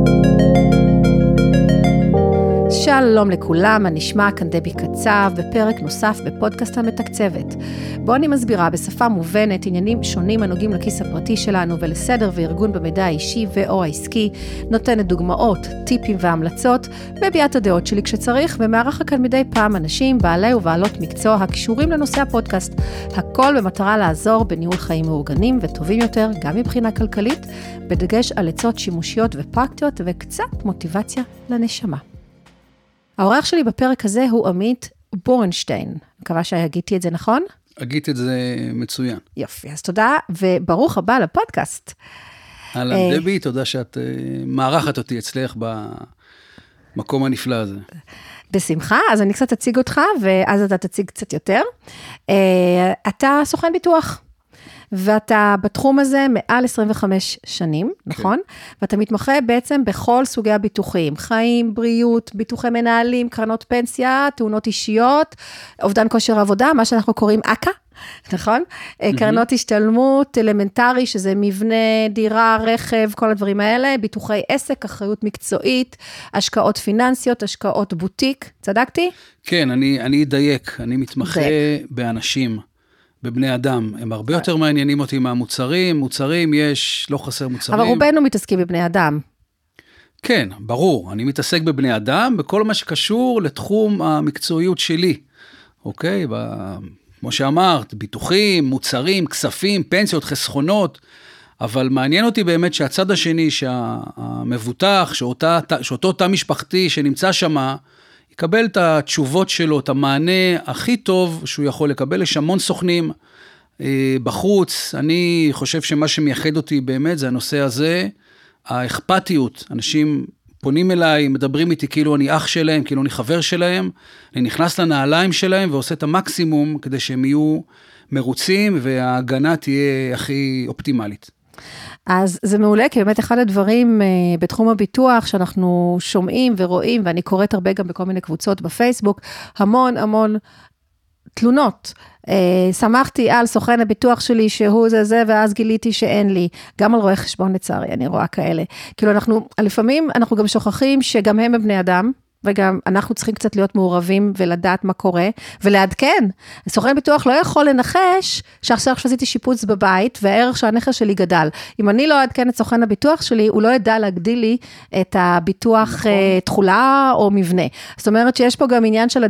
שלום לכולם, הנשמע כאן דבי קצב בפרק נוסף בפודקאסט המתקצבת. בו אני מסבירה בשפה מובנת עניינים שונים הנוגעים לכיס הפרטי שלנו ולסדר וארגון במידע האישי ואו העסקי, נותנת דוגמאות, טיפים והמלצות, מביעת הדעות שלי כשצריך, ומערכה כאן מדי פעם אנשים, בעלי ובעלות מקצוע הקשורים לנושא הפודקאסט. הכל במטרה לעזור בניהול חיים מאורגנים וטובים יותר, גם מבחינה כלכלית, בדגש על עצות שימושיות ופרקטיות וקצת מוטיבציה לנשמה. האורח שלי בפרק הזה הוא עמית בורנשטיין. מקווה שהגיתי את זה נכון? הגית את זה מצוין. יופי, אז תודה, וברוך הבא לפודקאסט. אהלן דבי, תודה שאת מערכת אותי אצלך במקום הנפלא הזה. בשמחה, אז אני קצת אציג אותך, ואז אתה תציג קצת יותר. אתה סוכן ביטוח. ואתה בתחום הזה מעל 25 שנים, נכון? ואתה מתמחה בעצם בכל סוגי הביטוחים, חיים, בריאות, ביטוחי מנהלים, קרנות פנסיה, תאונות אישיות, אובדן כושר עבודה, מה שאנחנו קוראים אקה, נכון? קרנות השתלמות, אלמנטרי, שזה מבנה, דירה, רכב, כל הדברים האלה, ביטוחי עסק, אחריות מקצועית, השקעות פיננסיות, השקעות בוטיק, צדקתי? כן, אני אדייק, אני מתמחה באנשים. בבני אדם, הם הרבה יותר מעניינים אותי מהמוצרים, מוצרים יש, לא חסר מוצרים. אבל רובנו מתעסקים בבני אדם. כן, ברור, אני מתעסק בבני אדם, בכל מה שקשור לתחום המקצועיות שלי, אוקיי? כמו שאמרת, ביטוחים, מוצרים, כספים, פנסיות, חסכונות, אבל מעניין אותי באמת שהצד השני, שהמבוטח, שאותו תא משפחתי שנמצא שמה, יקבל את התשובות שלו, את המענה הכי טוב שהוא יכול לקבל. יש המון סוכנים בחוץ. אני חושב שמה שמייחד אותי באמת זה הנושא הזה, האכפתיות. אנשים פונים אליי, מדברים איתי כאילו אני אח שלהם, כאילו אני חבר שלהם. אני נכנס לנעליים שלהם ועושה את המקסימום כדי שהם יהיו מרוצים וההגנה תהיה הכי אופטימלית. אז זה מעולה, כי באמת אחד הדברים בתחום הביטוח שאנחנו שומעים ורואים, ואני קוראת הרבה גם בכל מיני קבוצות בפייסבוק, המון תלונות. שמחתי על סוכן הביטוח שלי שהוא זה, ואז גיליתי שאין לי. גם על רואי חשבון לצערי, אני רואה כאלה. כאילו לפעמים אנחנו גם שוכחים שגם הם בני אדם, וגם אנחנו צריכים קצת להיות מעורבים ולדעת מה קורה, ולעדכן. סוכן ביטוח לא יכול לנחש שעכשיו עשיתי שיפוץ בבית, והערך שהנכס שלי גדל. אם אני לא אעדכן את סוכן הביטוח שלי, הוא לא ידע להגדיל לי את הביטוח תחולה או מבנה. זאת אומרת שיש פה גם עניין של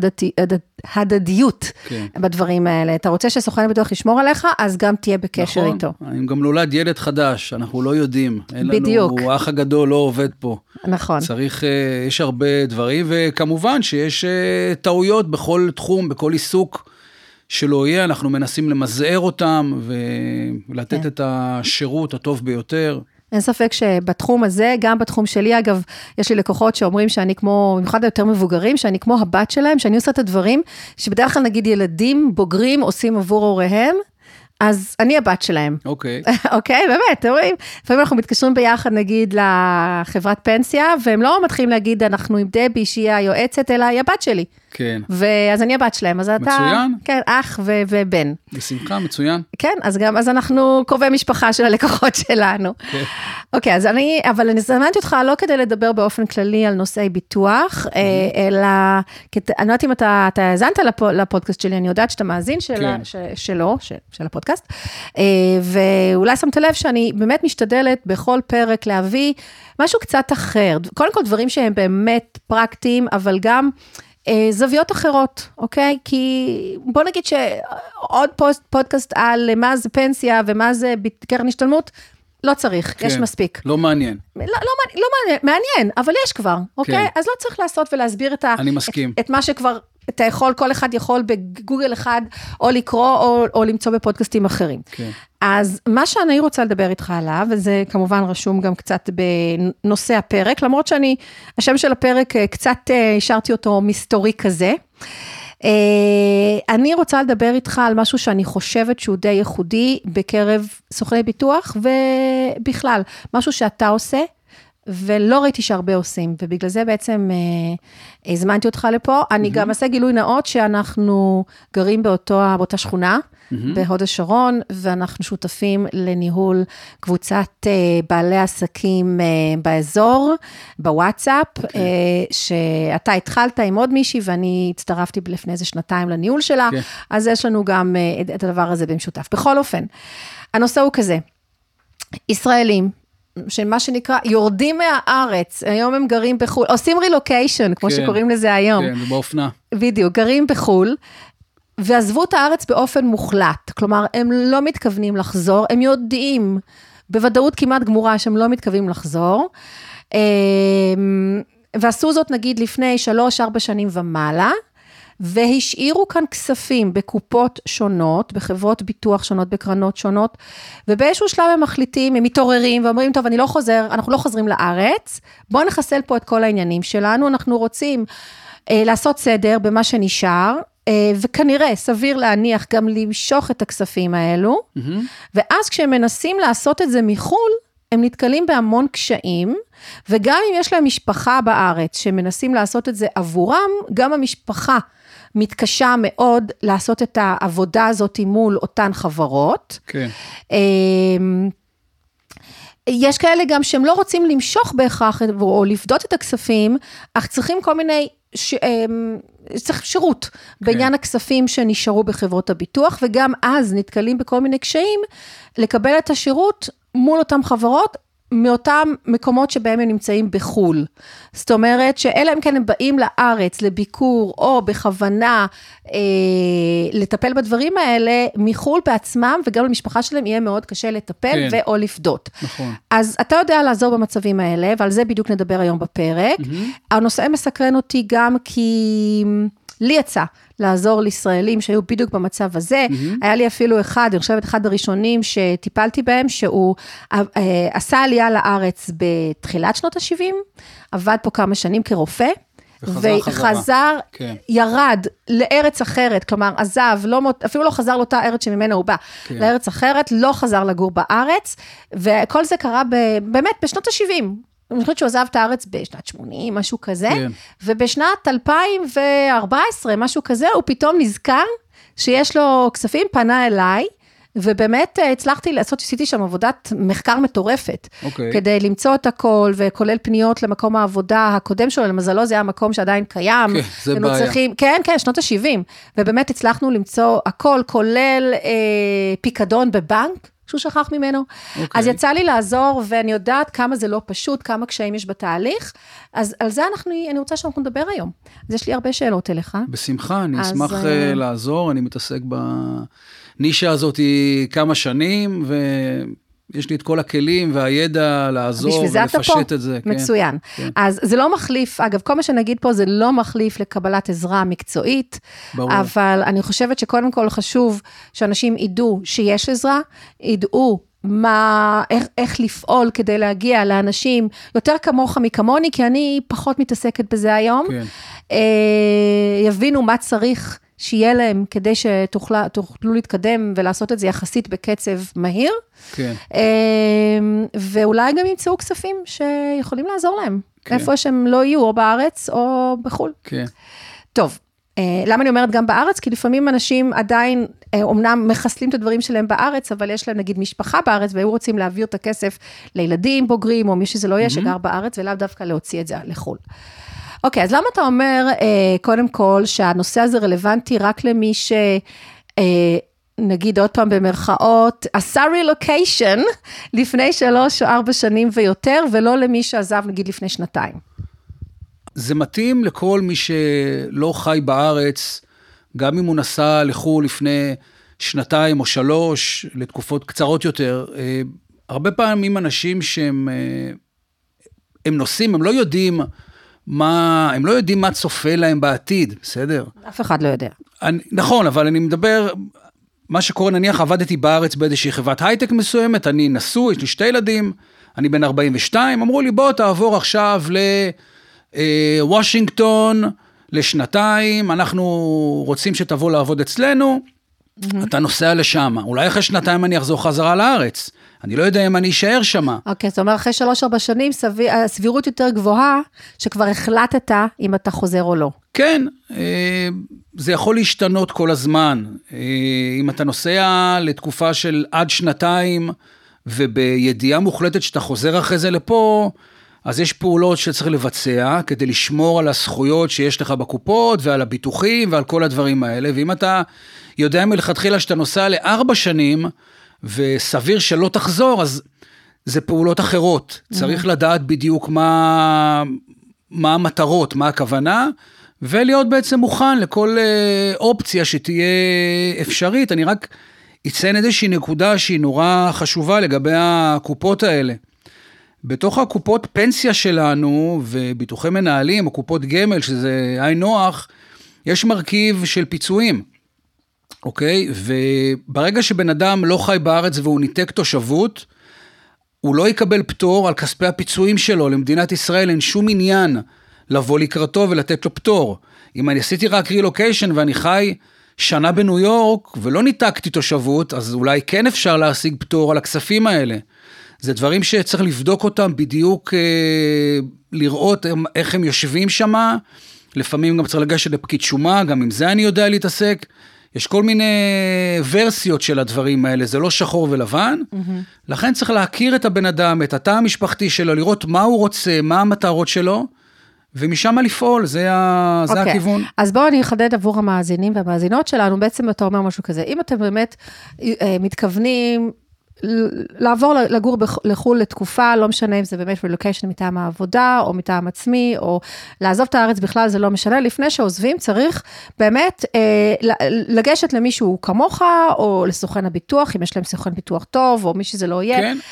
הדדיות בדברים האלה. אתה רוצה שסוכן הביטוח ישמור עליך, אז גם תהיה בקשר איתו. אם גם נולד ילד חדש, אנחנו לא יודעים. בדיוק. האח הגדול לא עובד פה. נכון. צריך, יש הרבה דברים, וכמובן שיש טעויות בכל תחום, בכל עיסוק שלא יהיה, אנחנו מנסים למזער אותם, ולתת את השירות הטוב ביותר. אין ספק שבתחום הזה, גם בתחום שלי, אגב, יש לי לקוחות שאומרים שאני כמו, במיוחד היותר מבוגרים, שאני כמו הבת שלהם, שאני עושה את הדברים, שבדרך כלל נגיד ילדים בוגרים עושים עבור הוריהם, אז אני הבת שלהם. אוקיי. אוקיי, באמת, אתם רואים? לפעמים אנחנו מתקשרים ביחד, נגיד, לחברת פנסיה, והם לא מתחילים להגיד, אנחנו עם דבי, שהיא היועצת, אלא היא הבת שלי. כן. ואז אני הבת שלהם, אז אתה... מצוין. כן, אח ובן. בשמחה, מצוין. כן, אז אנחנו קרובי משפחה של הלקוחות שלנו. כן. אוקיי, אבל אני זמנתי אותך לא כדי לדבר באופן כללי על נושאי ביטוח, אלא, אני לא יודעת אם אתה האזנת לפודקאסט שלי, אני יודעת שאתה מאזין שלו, של הפודקאסט, ואולי שמת לב שאני באמת משתדלת בכל פרק להביא משהו קצת אחר, קודם כל דברים שהם באמת פרקטיים, אבל גם זוויות אחרות, אוקיי? כי בוא נגיד שעוד פודקאסט על מה זה פנסיה ומה זה קרן השתלמות, לא צריך, כן, יש מספיק. לא מעניין. לא מעניין, אבל יש כבר, אוקיי? כן. אז לא צריך לעשות ולהסביר את מה שכבר אתה יכול, כל אחד יכול בגוגל אחד, או לקרוא, או למצוא בפודקאסטים אחרים. כן. אז מה שאני רוצה לדבר איתך עליו, וזה כמובן רשום גם קצת בנושא הפרק, למרות השם של הפרק קצת השארתי אותו מסתורי כזה, אני רוצה לדבר איתך על משהו שאני חושבת שהוא די ייחודי, בקרב סוכני ביטוח, ובכלל, משהו שאתה עושה, ולא ראיתי שהרבה עושים, ובגלל זה בעצם הזמנתי אותך לפה. אני גם אעשה גילוי נאות שאנחנו גרים באותה שכונה, בהוד השרון, ואנחנו שותפים לניהול קבוצת בעלי עסקים באזור, בוואטסאפ, שאתה התחלת עם עוד מישהי, ואני הצטרפתי לפני איזה שנתיים לניהול שלה, אז יש לנו גם את הדבר הזה במשותף. בכל אופן, הנושא הוא כזה, ישראלים, שמה שנקרא, יורדים מהארץ, היום הם גרים בחול, עושים רילוקיישן, כמו שקוראים לזה היום. כן, באופנה. בדיוק, גרים בחול, ועזבו את הארץ באופן מוחלט, כלומר, הם לא מתכוונים לחזור, הם יודעים, בוודאות כמעט גמורה, שהם לא מתכוונים לחזור, ועשו זאת נגיד לפני 3-4 שנים ומעלה, והשאירו כאן כספים בקופות שונות, בחברות ביטוח שונות, בקרנות שונות, ובאיזשהו שלב הם מחליטים, הם מתעוררים ואומרים, טוב, אנחנו לא חוזרים לארץ, בואו נחסל פה את כל העניינים שלנו, אנחנו רוצים לעשות סדר במה שנשאר, וכנראה סביר להניח גם למשוך את הכספים האלו, ואז כשהם מנסים לעשות את זה מחול, הם נתקלים בהמון קשיים, וגם אם יש להם משפחה בארץ שמנסים לעשות את זה עבורם, גם המשפחה מתקשה מאוד לעשות את העבודה הזאת מול אותן חברות. כן. יש כאלה גם שהם לא רוצים למשוך בהכרח או לפדות את הכספים, אך צריכים כל מיני צריך שירות בעניין הכספים שנשארו בחברות הביטוח, וגם אז נתקלים בכל מיני קשיים לקבל את השירות מול אותם חברות, מאותם מקומות שבהם הם נמצאים בחול. זאת אומרת, שאלה הם כן הם באים לארץ לביקור, או בכוונה לטפל בדברים האלה, מחול בעצמם, וגם למשפחה שלהם יהיה מאוד קשה לטפל, ואו לפדות. נכון. אז אתה יודע לעזור במצבים האלה, ועל זה בדיוק נדבר היום בפרק. הנושא מסקרן אותי גם כי לי יצא לעזור לישראלים שהיו בדיוק במצב הזה, היה לי אפילו אני חושבת אחד הראשונים שטיפלתי בהם, שהוא עשה עלייה לארץ בתחילת שנות ה-70, עבד פה כמה שנים כרופא, וחזר, ירד לארץ אחרת, כלומר עזב, אפילו לא חזר לאותה ארץ שממנה הוא בא, לארץ אחרת, לא חזר לגור בארץ, וכל זה קרה באמת בשנות ה-70, אני חושבת שהוא עזב את הארץ בשנת 80, משהו כזה, ובשנת 2014, משהו כזה, הוא פתאום נזכר שיש לו כספים, פנה אליי, ובאמת עשיתי שם עבודת מחקר מטורפת, כדי למצוא את הכל, וכולל פניות למקום העבודה הקודם שלו, למזלו זה היה מקום שעדיין קיים, זה בעיה. כן, שנות ה-70, ובאמת הצלחנו למצוא הכל, כולל פיקדון בבנק, שהוא שכח ממנו. אז יצא לי לעזור, ואני יודעת כמה זה לא פשוט, כמה קשיים יש בתהליך, אז על זה אני רוצה שאנחנו נדבר היום. אז יש לי הרבה שאלות אליך. בשמחה, אני אשמח לעזור, אני מתעסק בנישה הזאת כמה שנים, ויש לי את כל הכלים והידע לעזור ולפשט את זה. מצוין. אז זה לא מחליף, אגב, כל מה שנגיד פה זה לא מחליף לקבלת עזרה מקצועית, אבל אני חושבת שקודם כל חשוב שאנשים ידעו שיש עזרה, ידעו איך לפעול כדי להגיע לאנשים יותר כמוך מכמוני, כי אני פחות מתעסקת בזה היום, יבינו מה צריך שיהיה להם כדי שתוכלו להתקדם ולעשות את זה יחסית בקצב מהיר, ואולי גם ימצאו כספים שיכולים לעזור להם, איפה שהם לא יהיו, או בארץ או בחול. טוב, למה אני אומרת גם בארץ? כי לפעמים אנשים עדיין, אומנם מחסלים את הדברים שלהם בארץ, אבל יש להם נגיד משפחה בארץ, והיו רוצים להעביר את הכסף לילדים בוגרים, או מי שזה לא יהיה שגר בארץ, ולאו דווקא להוציא את זה לחול. אוקיי, אז למה אתה אומר, קודם כל, שהנושא הזה רלוונטי רק למי נגיד עוד פעם במרכאות, עשה רילוקיישן לפני 3 או 4 שנים ויותר, ולא למי שעזב נגיד לפני 2 שנים? זה מתאים לכל מי שלא חי בארץ, גם אם הוא נסע לחו"ל לפני 2 או 3, לתקופות קצרות יותר. הרבה פעמים אנשים שהם נוסעים, הם לא יודעים מה צופה להם בעתיד, בסדר? אף אחד לא יודע. נכון, אבל אני מדבר, מה שקורה, נניח, עבדתי בארץ באיזושהי חברת הייטק מסוימת, אני נשוי, יש לי 2 ילדים, אני בן 42, אמרו לי, בוא תעבור עכשיו לוושינגטון, ל2 אנחנו רוצים שתבוא לעבוד אצלנו, אתה נוסע לשם, אולי אחרי שנתיים אני אחזור חזרה לארץ, אני לא יודע אם אני אשאר שם. אוקיי, זאת אומרת, אחרי 3-4 שנים, הסבירות יותר גבוהה, שכבר החלטת אם אתה חוזר או לא. כן, זה יכול להשתנות כל הזמן. אם אתה נוסע לתקופה של עד 2, ובידיעה מוחלטת שאתה חוזר אחרי זה לפה, אז יש פעולות שצריך לבצע, כדי לשמור על הזכויות שיש לך בקופות, ועל הביטוחים, ועל כל הדברים האלה, ואם אתה יודע מלכתחילה שאתה נוסע ל4 שנים, וסביר שלא תחזור, אז זה פעולות אחרות. צריך לדעת בדיוק מה המטרות, מה הכוונה, ולהיות בעצם מוכן לכל אופציה שתהיה אפשרית. אני רק אציין איזושהי נקודה שהיא נורא חשובה לגבי הקופות האלה. בתוך הקופות פנסיה שלנו, וביטוחי מנהלים, או קופות גמל, שזה היי נוח, יש מרכיב של פיצויים. אוקיי? וברגע שבן אדם לא חי בארץ והוא ניתק תושבות, הוא לא יקבל פטור על כספי הפיצויים שלו. למדינת ישראל אין שום עניין לבוא לקראתו ולתת לו פטור. אם אני עשיתי רק רילוקיישן ואני חי שנה בניו יורק ולא ניתקתי תושבות, אז אולי כן אפשר להשיג פטור על הכספים האלה. זה דברים שצריך לבדוק אותם בדיוק, לראות איך הם יושבים שם. לפעמים גם צריך לגשת לפקיד שומה, גם עם זה אני יודע להתעסק. יש כל מיני ורסיות של הדברים האלה, זה לא שחור ולבן, לכן צריך להכיר את הבן אדם, את התא המשפחתי שלו, לראות מה הוא רוצה, מה המטרות שלו, ומשם לפעול, זה הכיוון. אז בואו אני אחדד עבור המאזינים והמאזינות שלנו, בעצם אתה אומר משהו כזה, אם אתם באמת מתכוונים לעבור לגור לחול לתקופה, לא משנה אם זה באמת רילוקיישן מטעם העבודה, או מטעם עצמי, או לעזוב את הארץ בכלל, זה לא משנה, לפני שעוזבים צריך באמת לגשת למישהו כמוך, או לסוכן הביטוח, אם יש להם סוכן ביטוח טוב, או מי שזה לא יהיה, כן.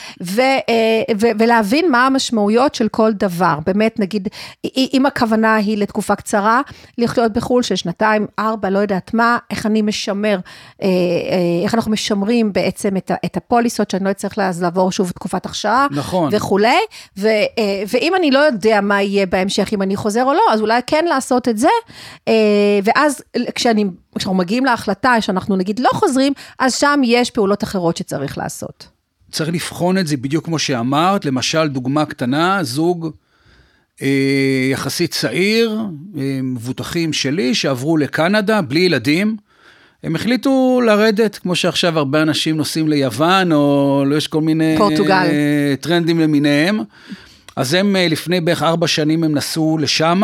ולהבין מה המשמעויות של כל דבר, באמת נגיד, אם הכוונה היא לתקופה קצרה, לחיות בחול של 2, 4, לא יודעת מה, איך אני משמר, איך אנחנו משמרים בעצם את הפוליס, שאני לא צריך לעבור שוב תקופת הכשרה, נכון. וכולי, ואם אני לא יודע מה יהיה בהמשך, אם אני חוזר או לא, אז אולי כן לעשות את זה, ואז כשאנחנו מגיעים להחלטה, שאנחנו נגיד לא חוזרים, אז שם יש פעולות אחרות שצריך לעשות. צריך לבחון את זה בדיוק כמו שאמרת, למשל דוגמה קטנה, זוג יחסית צעיר, מבוטחים שלי, שעברו לקנדה בלי ילדים, הם החליטו לרדת, כמו שעכשיו הרבה אנשים נוסעים ליוון, או יש כל מיני פורטוגל. טרנדים למיניהם. אז הם לפני בערך 4 שנים הם נסעו לשם.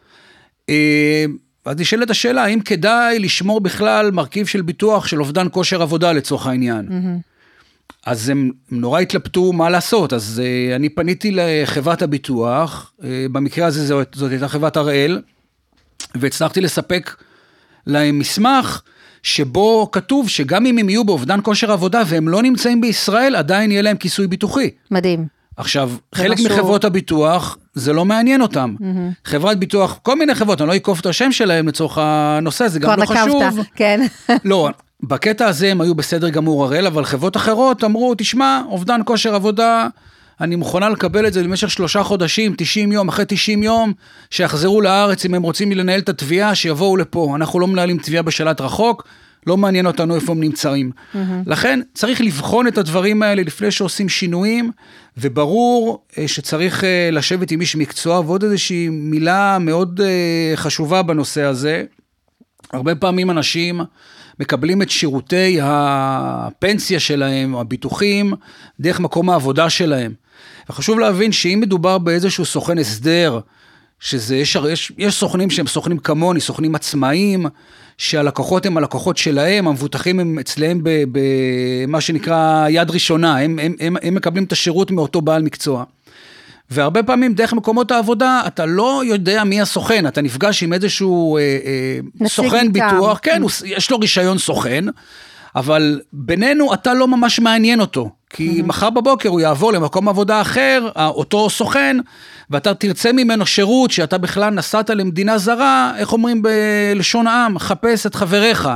אז נשאלת השאלה, האם כדאי לשמור בכלל מרכיב של ביטוח של אובדן כושר עבודה לצורך העניין? אז הם נורא התלבטו מה לעשות. אז אני פניתי לחברת הביטוח, במקרה הזה זאת הייתה חברת הראל, והצלחתי לספק להם מסמך, שבו כתוב שגם אם הם יהיו באובדן כושר עבודה, והם לא נמצאים בישראל, עדיין יהיה להם כיסוי ביטוחי. מדהים. עכשיו, חלק מחברות הביטוח, זה לא מעניין אותם. חברת ביטוח, כל מיני חברות, אני לא אקוף את השם שלהם לצורך הנושא, זה גם לא חשוב. כבר נקבת, כן. לא, בקטע הזה הם היו בסדר גמור הראל, אבל חברות אחרות אמרו, תשמע, אובדן כושר עבודה, אני מוכנה לקבל את זה למשך 3 חודשים, 90 יום, אחרי 90 יום, שיחזרו לארץ, אם הם רוצים לנהל את התביעה, שיבואו לפה. אנחנו לא מנהלים תביעה בשלט רחוק, לא מעניין אותנו איפה הם נמצאים. לכן צריך לבחון את הדברים האלה לפני שעושים שינויים, וברור שצריך לשבת עם איש מקצוע, ועוד איזושהי מילה מאוד חשובה בנושא הזה. הרבה פעמים אנשים מקבלים את שירותי הפנסיה שלהם, או הביטוחים, דרך מקום העבודה שלהם. וחשוב להבין שאם מדובר באיזשהו סוכן הסדר, יש סוכנים שהם סוכנים כמוני, סוכנים עצמאיים, שהלקוחות הם הלקוחות שלהם, המבוטחים הם אצלהם במה שנקרא יד ראשונה, הם מקבלים את השירות מאותו בעל מקצוע. והרבה פעמים דרך מקומות העבודה, אתה לא יודע מי הסוכן, אתה נפגש עם איזשהו סוכן ביטוח, כן, יש לו רישיון סוכן, אבל בינינו אתה לא ממש מעניין אותו, כי מחר בבוקר הוא יעבור למקום עבודה אחר, אותו סוכן, ואתה תרצה ממנו שירות שאתה בכלל נסעת למדינה זרה, איך אומרים בלשון העם, חפש את חבריך.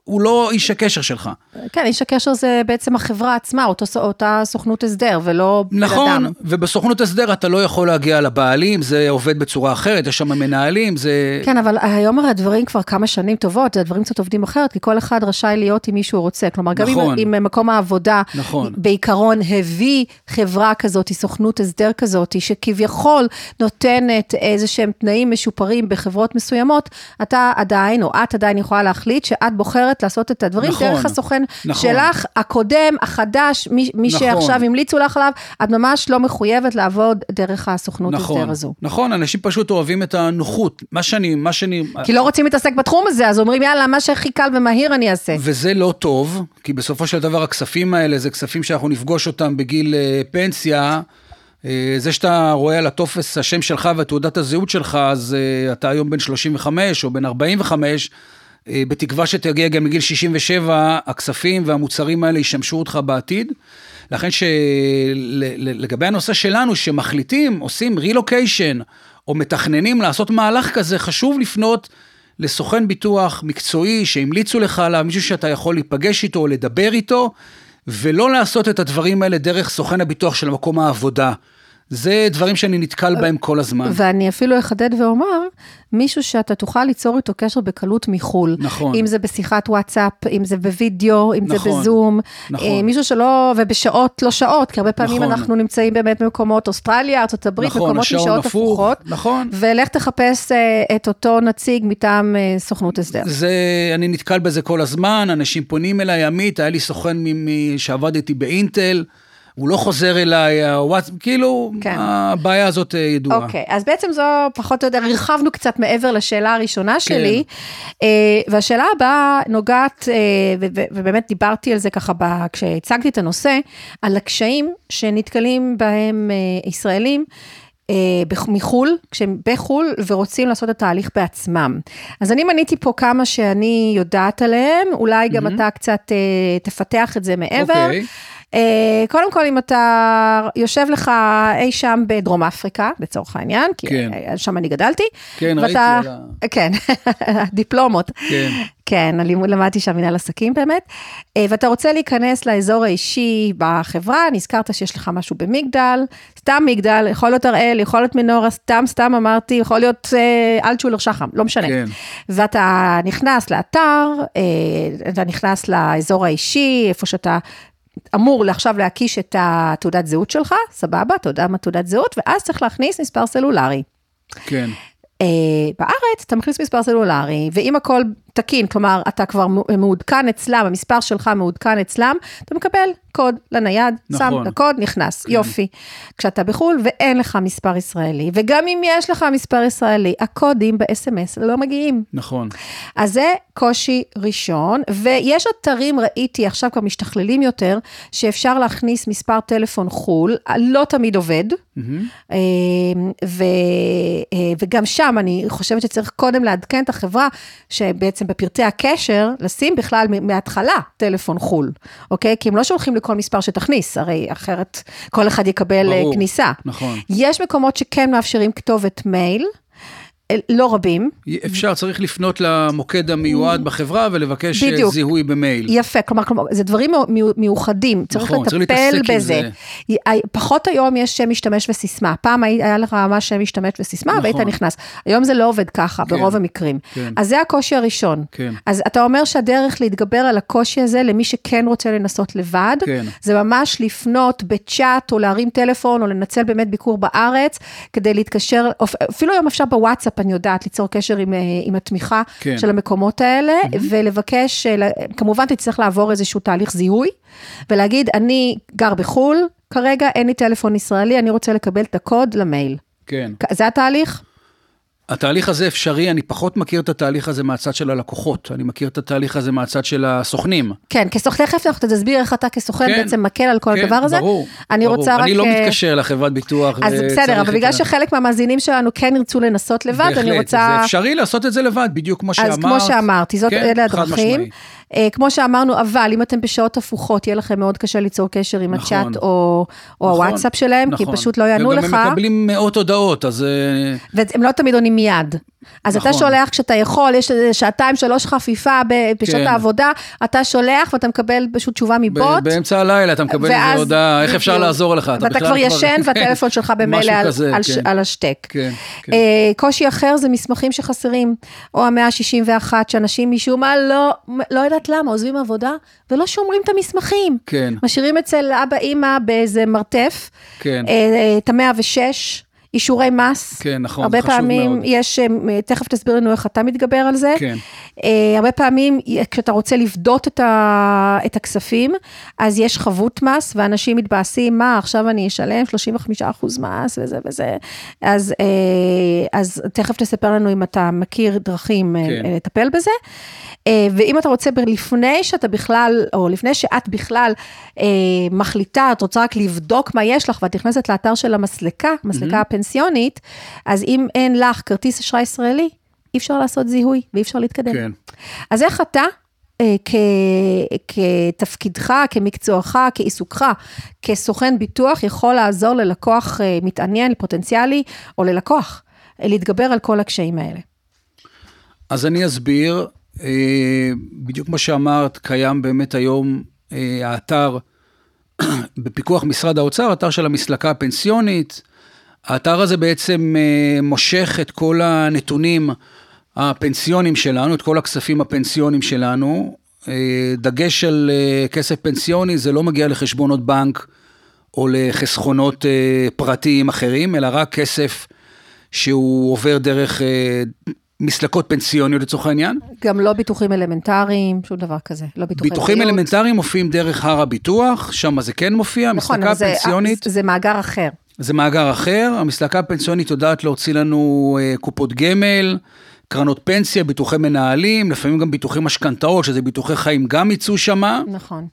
הוא לא איש הקשר שלך. כן, איש הקשר זה בעצם החברה עצמה, אותה סוכנות הסדר, ולא בן אדם. נכון, ובסוכנות הסדר אתה לא יכול להגיע לבעלים, זה עובד בצורה אחרת, יש שם מנהלים, זה... כן, אבל היום הרי הדברים כבר כמה שנים טובות, הדברים קצת עובדים אחרת, כי כל אחד רשאי להיות עם מי שהוא רוצה, כלומר, גם אם מקום העבודה, בעיקרון הביא חברה כזאת, סוכנות הסדר כזאת, שכביכול נותנת איזה שהם תנאים משופרים בחברות מסוימות, אתה עדיין, או את עדיין יכולה להחליט, שאת בוחרת לעשות את הדברים, דרך הסוכן שלך, הקודם, החדש, מי שעכשיו המליצו לך עליו, את ממש לא מחויבת לעבוד דרך הסוכנות הסדר הזו. נכון, אנשים פשוט אוהבים את הנוחות, מה שאני... כי לא רוצים להתעסק בתחום הזה, אז אומרים, יאללה, מה שהכי קל ומהיר אני אעשה. וזה לא טוב, כי בסופו של דבר הכספים האלה, זה כספים שאנחנו נפגוש אותם בגיל פנסיה, זה שאתה רואה על הטופס השם שלך ותעודת הזהות שלך, אז אתה היום בן 35 או בן 45, בתקווה שתגיע גם מגיל 67, הכספים והמוצרים האלה ישמשו אותך בעתיד. לכן שלגבי הנושא שלנו, שמחליטים, עושים רילוקיישן, או מתכננים לעשות מהלך כזה, חשוב לפנות לסוכן ביטוח מקצועי, שהמליצו לך עליו, מישהו שאתה יכול להיפגש איתו או לדבר איתו, ולא לעשות את הדברים האלה דרך סוכן הביטוח של מקום העבודה. זה דברים שאני נתקל בהם כל הזמן. ואני אפילו אחדד ואומר, מישהו שאתה תוכל ליצור איתו קשר בקלות מחול. נכון. אם זה בשיחת וואטסאפ, אם זה בווידאו, אם זה בזום. נכון. מישהו שלא, ובשעות, לא שעות, כי הרבה פעמים אנחנו נמצאים באמת במקומות אוסטרליה, ארצות הברית, מקומות משעות הפוכות. נכון. ולך תחפש את אותו נציג מטעם סוכנות הסדר. אני נתקל בזה כל הזמן, אנשים פונים אליי, עמית, היה לי סוכן שעבדתי באינטל, הוא לא חוזר אליי, כאילו, הבעיה הזאת ידועה. אוקיי, אז בעצם זו פחות או יותר, הרחבנו קצת מעבר לשאלה הראשונה שלי, והשאלה הבאה נוגעת, ובאמת דיברתי על זה ככה, כשהצגתי את הנושא, על הקשיים שנתקלים בהם ישראלים, מחול, כשהם בחול ורוצים לעשות את התהליך בעצמם. אז אני מניתי פה כמה שאני יודעת עליהם, אולי גם אתה קצת תפתח את זה מעבר. קודם כל, אם אתה יושב לך אי שם בדרום אפריקה, לצורך העניין, כי שם אני גדלתי. כן, ראיתי על כן, דיפלומות. כן, למדתי שם מנהל עסקים באמת. ואתה רוצה להיכנס לאזור האישי בחברה, נזכרת שיש לך משהו במגדל, סתם מגדל, יכול להיות הראל, יכול להיות מנורה, סתם אמרתי, יכול להיות אלטשולר שחם, לא משנה. ואתה נכנס לאתר, אתה נכנס לאזור האישי, איפה שאתה אמור עכשיו להקיש את התעודת זהות שלך, סבבה, אתה יודע מה תעודת זהות, ואז צריך להכניס מספר סלולרי. כן. בארץ אתה מכניס מספר סלולרי, ואם הכל תקין, כלומר, אתה כבר מעודכן אצלם, המספר שלך מעודכן אצלם, אתה מקבל קוד לנייד, שם הקוד, נכנס, יופי. כשאתה בחול ואין לך מספר ישראלי, וגם אם יש לך מספר ישראלי, הקודים ב-SMS לא מגיעים. נכון. אז זה קושי ראשון, ויש אתרים, ראיתי עכשיו כבר משתכללים יותר, שאפשר להכניס מספר טלפון חול, לא תמיד עובד, וגם שם אני חושבת שצריך קודם לעדכן את החברה, שבעצם בפרטי הקשר, לשים בכלל מההתחלה טלפון חול, אוקיי? כי הם לא שולחים לכל מספר שתכניס, הרי אחרת כל אחד יקבל כניסה. נכון. יש מקומות שכן מאפשרים כתובת מייל, לא רבים. אפשר, צריך לפנות למוקד המיועד בחברה, ולבקש זיהוי במייל. יפה, כלומר, זה דברים מיוחדים, צריך לטפל בזה. פחות היום יש שם משתמש וסיסמה, פעם היה לך ממש שם משתמש וסיסמה, והיית נכנס. היום זה לא עובד ככה, ברוב המקרים. אז זה הקושי הראשון. אז אתה אומר שהדרך להתגבר על הקושי הזה, למי שכן רוצה לנסות לבד, זה ממש לפנות בצ'אט, או להרים טלפון, או לנצל באמת ביקור בארץ, כדי להתקשר, אפילו היום אפשר בוואטסאפ, אני יודעת, ליצור קשר עם התמיכה של המקומות האלה, ולבקש, כמובן תצטרך לעבור איזשהו תהליך זיהוי, ולהגיד, אני גר בחול, כרגע אין לי טלפון ישראלי, אני רוצה לקבל את הקוד למייל. כן. זה התהליך? התהליך הזה אפשרי, אני פחות מכיר את התהליך הזה מהצד של הלקוחות, אני מכיר את התהליך הזה מהצד של הסוכנים. כן, כסוכן, תכף אתה תסביר איך אתה כסוכן בעצם מקל על כל הדבר הזה. ברור, אני לא מתקשר לחברת ביטוח. אז בסדר, אבל בגלל שחלק מהמאזינים שלנו כן ירצו לנסות לבד, אני רוצה... בהחלט, זה אפשרי לעשות את זה לבד, בדיוק כמו שאמרת. אז כמו שאמרתי, אלה הדרכים. כמו שאמרנו, אבל אם אתם בשעות הפוכות, יהיה לכם מאוד קשה ליצור קשר עם הצ'אט או הוואטסאפ שלהם, כי פשוט לא יענו לך. וגם הם מקבלים מאות הודעות, אז... והם לא תמיד עונים עונים מיד. אז נכון. אתה שולח כשאתה יכול, יש שעתיים, 3 חפיפה בשעות כן. העבודה, אתה שולח ואתה מקבל פשוט תשובה מבוט. באמצע הלילה אתה מקבל איזה הודעה, איך אפשר לעזור לך? ואתה כבר ישן, והטלפון שלך במילא על השטק. כן, כן. קושי אחר זה מסמכים שחסרים, או 161, שאנשים משום מה לא יודעת למה, עוזבים עבודה, ולא שומרים את המסמכים. כן. משאירים אצל אבא אמא באיזה מרתף, כן. את 106, אישורי מס. כן, נכון, הרבה חשוב פעמים מאוד. יש, תכף תסביר לנו איך אתה מתגבר על זה. כן. הרבה פעמים, כשאתה רוצה לבדות את הכספים, אז יש חבות מס, ואנשים מתבאסים, מה, עכשיו אני אשלם 35% מס, וזה וזה. אז תכף תספר לנו אם אתה מכיר דרכים לטפל בזה. ואם אתה רוצה, לפני שאתה בכלל, או לפני שאת בכלל מחליטה, את רוצה רק לבדוק מה יש לך, ואת נכנסת לאתר של המסלקה הפנסיונית, אז אם אין לך כרטיס אשראי ישראלי, אי אפשר לעשות זיהוי, ואי אפשר להתקדם. כן. אז איך אתה, כתפקידך, כמקצועך, כעיסוקך, כסוכן ביטוח, יכול לעזור ללקוח מתעניין, פוטנציאלי, או ללקוח, להתגבר על כל הקשיים האלה? אז אני אסביר, בדיוק כמו שאמרת, קיים באמת היום האתר בפיקוח משרד האוצר, האתר של המסלקה הפנסיונית. האתר הזה בעצם מושך את כל הנתונים הפנסיונים שלנו, את כל הכספים הפנסיונים שלנו. דגש על כסף פנסיוני, זה לא מגיע לחשבונות בנק או לחסכונות פרטיים אחרים, אלא רק כסף שהוא עובר דרך מסלקות פנסיוניות לצורך העניין. גם לא ביטוחים אלמנטריים, שום דבר כזה. לא ביטוחים אלמנטריים מופיעים דרך הר הביטוח, שם זה כן מופיע, נכון, המסלקה הפנסיונית. זה מאגר אחר. זה מאגר אחר, המסלקה הפנסיונית יודעת להוציא לנו קופות גמל, קרנות פנסיה, ביטוחי מנהלים, לפעמים גם ביטוחי משכנתאות, שזה ביטוחי חיים גם יצאו שמה. נכון.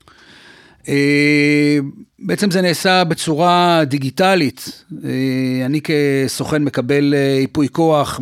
בעצם זה נעשה בצורה דיגיטלית, אני כסוכן מקבל ייפוי כוח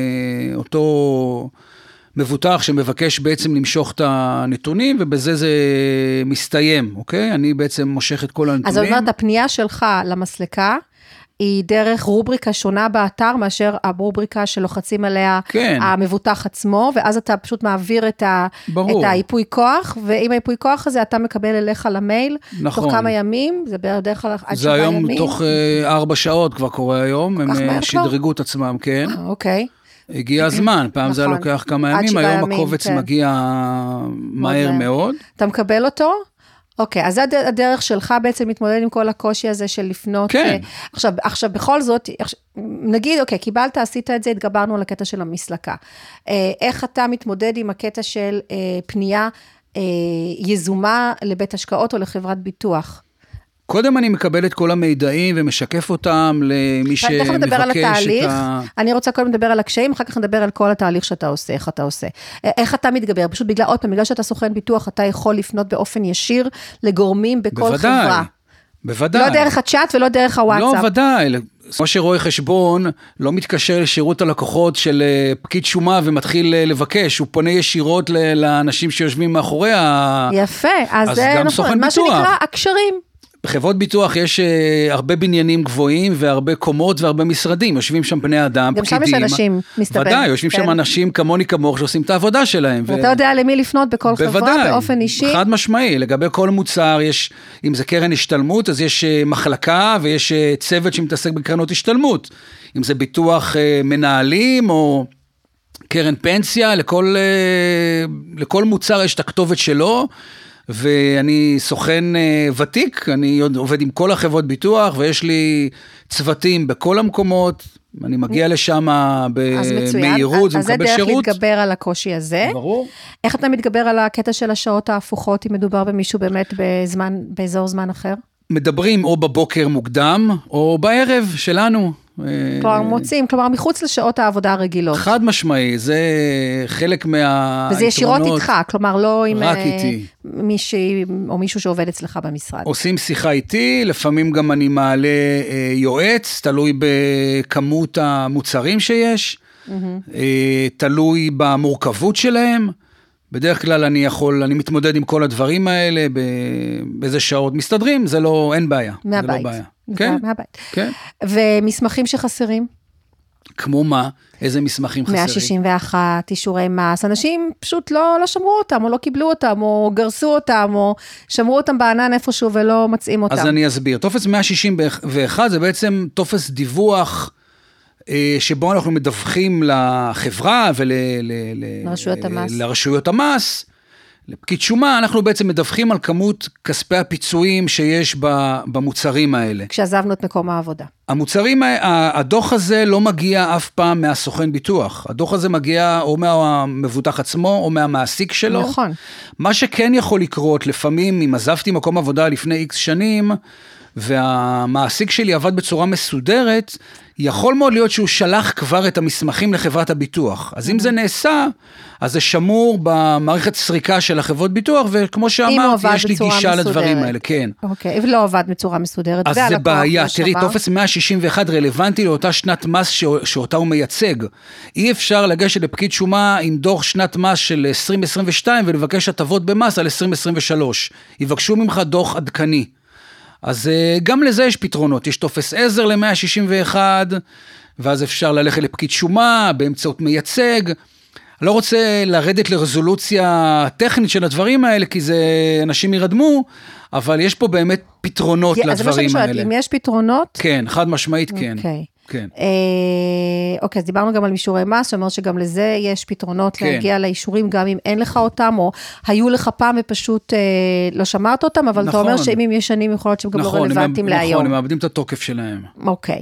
מאותו מבוטח שמבקש בעצם למשוך את הנתונים, ובזה זה מסתיים, אוקיי? אני בעצם מושך את כל הנתונים. אז זאת אומרת, הפנייה שלך למסלקה, היא דרך רובריקה שונה באתר, מאשר הרובריקה שלוחצים עליה כן. המבוטח עצמו, ואז אתה פשוט מעביר את היפוי כוח, ועם היפוי כוח הזה אתה מקבל אליך למייל, נכון. תוך כמה ימים, זה בדרך כלל עד 7 ימים. זה היום תוך 4 שעות כבר קורה היום, הם שדרגו את עצמם, כן. אוקיי. הגיע הזמן, פעם זה לוקח כמה ימים, היום הקובץ מגיע מהר מאוד. אתה מקבל אותו? אוקיי, אז הדרך שלך בעצם מתמודד עם כל הקושי הזה של לפנות. כן. עכשיו בכל זאת, נגיד, אוקיי, קיבלת, עשית את זה, התגברנו על הקטע של המסלקה. איך אתה מתמודד עם הקטע של פנייה יזומה לבית השקעות או לחברת ביטוח? קודם אני מקבל את כל המידעים ומשקף אותם למי שמבקש תכף נדבר על התהליך, אני רוצה קודם לדבר על הקשיים, אחר כך נדבר על כל התהליך שאתה עושה, איך אתה עושה. איך אתה מתגבר? פשוט בגלל, עוד פעם, בגלל שאתה סוכן ביטוח, אתה יכול לפנות באופן ישיר לגורמים בכל חברה. בוודאי. לא דרך הצ'אט ולא דרך הוואטסאפ. לא, ודאי. כמו שרואה חשבון, לא מתקשר לשירות הלקוחות של פקיד שומה ומתחיל לבקש, הוא פונה ישירות לאנשים שיושבים מאחורי יפה, אז זה נכון, מה שנקרא הקשרים. בחברות ביטוח יש הרבה בניינים גבוהים והרבה קומות והרבה משרדים, יושבים שם בני אדם, גם פקידים. שם יש אנשים, מסתבר. ודאי, יושבים שם אנשים כמוני כמוך שעושים את העבודה שלהם. ואתה יודע למי לפנות בכל חברה באופן אישי? חד משמעי, לגבי כל מוצר יש, אם זה קרן השתלמות, אז יש מחלקה ויש צוות שמתעסק בקרנות השתלמות. אם זה ביטוח מנהלים או קרן פנסיה, לכל מוצר יש את הכתובת שלו, ואני סוכן ותיק, אני עובד עם כל החברות ביטוח, ויש לי צוותים בכל המקומות, אני מגיע לשם במהירות ומקבל שירות. אז זה דרך להתגבר על הקושי הזה. ברור. איך אתה מתגבר על הקטע של השעות ההפוכות, אם מדובר במישהו באמת באזור זמן אחר? מדברים או בבוקר מוקדם, או בערב שלנו. כלומר מחוץ לשעות העבודה הרגילות. חד משמעי, זה חלק מהיתרונות. וזה ישירות איתך, כלומר לא עם רק איתי. מישהי או מישהו שעובד אצלך במשרד. עושים שיחה איתי, לפעמים גם אני מעלה יועץ, תלוי בכמות המוצרים שיש, תלוי במורכבות שלהם, בדרך כלל אני מתמודד עם כל הדברים האלה, באיזה שעות מסתדרים, זה לא, אין בעיה. מהבית. זה לא בעיה. כן? מהבית. כן. ומסמכים שחסרים? כמו מה? איזה מסמכים חסרים? 161, אישורי מס, אנשים פשוט לא שמרו אותם, או לא קיבלו אותם, או גרסו אותם, או שמרו אותם בענן איפשהו ולא מצאים אותם. אז אני אסביר, טופס 161 זה בעצם טופס דיווח, שבו אנחנו מדווחים לחברה ולרשויות המס, לפקיד שומה, אנחנו בעצם מדווחים על כמות כספי הפיצויים שיש במוצרים האלה. כשעזבנו את מקום העבודה. הדוח הזה לא מגיע אף פעם מהסוכן ביטוח. הדוח הזה מגיע או מהמבוטח עצמו, או מהמעסיק שלו. נכון. מה שכן יכול לקרות, לפעמים, אם עזבתי מקום עבודה לפני איקס שנים, והמעסיק שלי עבד בצורה מסודרת, יכול מאוד להיות שהוא שלח כבר את המסמכים לחברת הביטוח. אז אם זה נעשה, אז זה שמור במערכת סריקה של החברות ביטוח, וכמו שאמרת, יש לי גישה לדברים האלה, כן. אוקיי, ולא עבד בצורה מסודרת. אז זה בעיה, תראי, טופס 161 רלוונטי לאותה שנת מס שאותה הוא מייצג. אי אפשר לגשת לפקיד שומה עם דוח שנת מס של 2022, ולבקש הטבות במס על 2023. יבקשו ממך דוח עדכני. אז גם לזה יש פתרונות, יש טופס עזר ל-161, ואז אפשר ללכת לפקיד שומה, באמצעות מייצג, לא רוצה לרדת לרזולוציה טכנית של הדברים האלה, כי זה אנשים ירדמו, אבל יש פה באמת פתרונות לדברים האלה. אז מה שאני שואלת, אם יש פתרונות? כן, חד משמעית כן. אוקיי. כן. אוקיי, אז דיברנו גם על אישורי מס, שאומר שגם לזה יש פתרונות להגיע לאישורים, גם אם אין לך אותם, או היו לך פעם ופשוט לא שמרת אותם, אבל אתה אומר שאם יש שנים יכולות שהם גם לא רלוונטיים להיום. נכון, הם מאבדים את התוקף שלהם. אוקיי.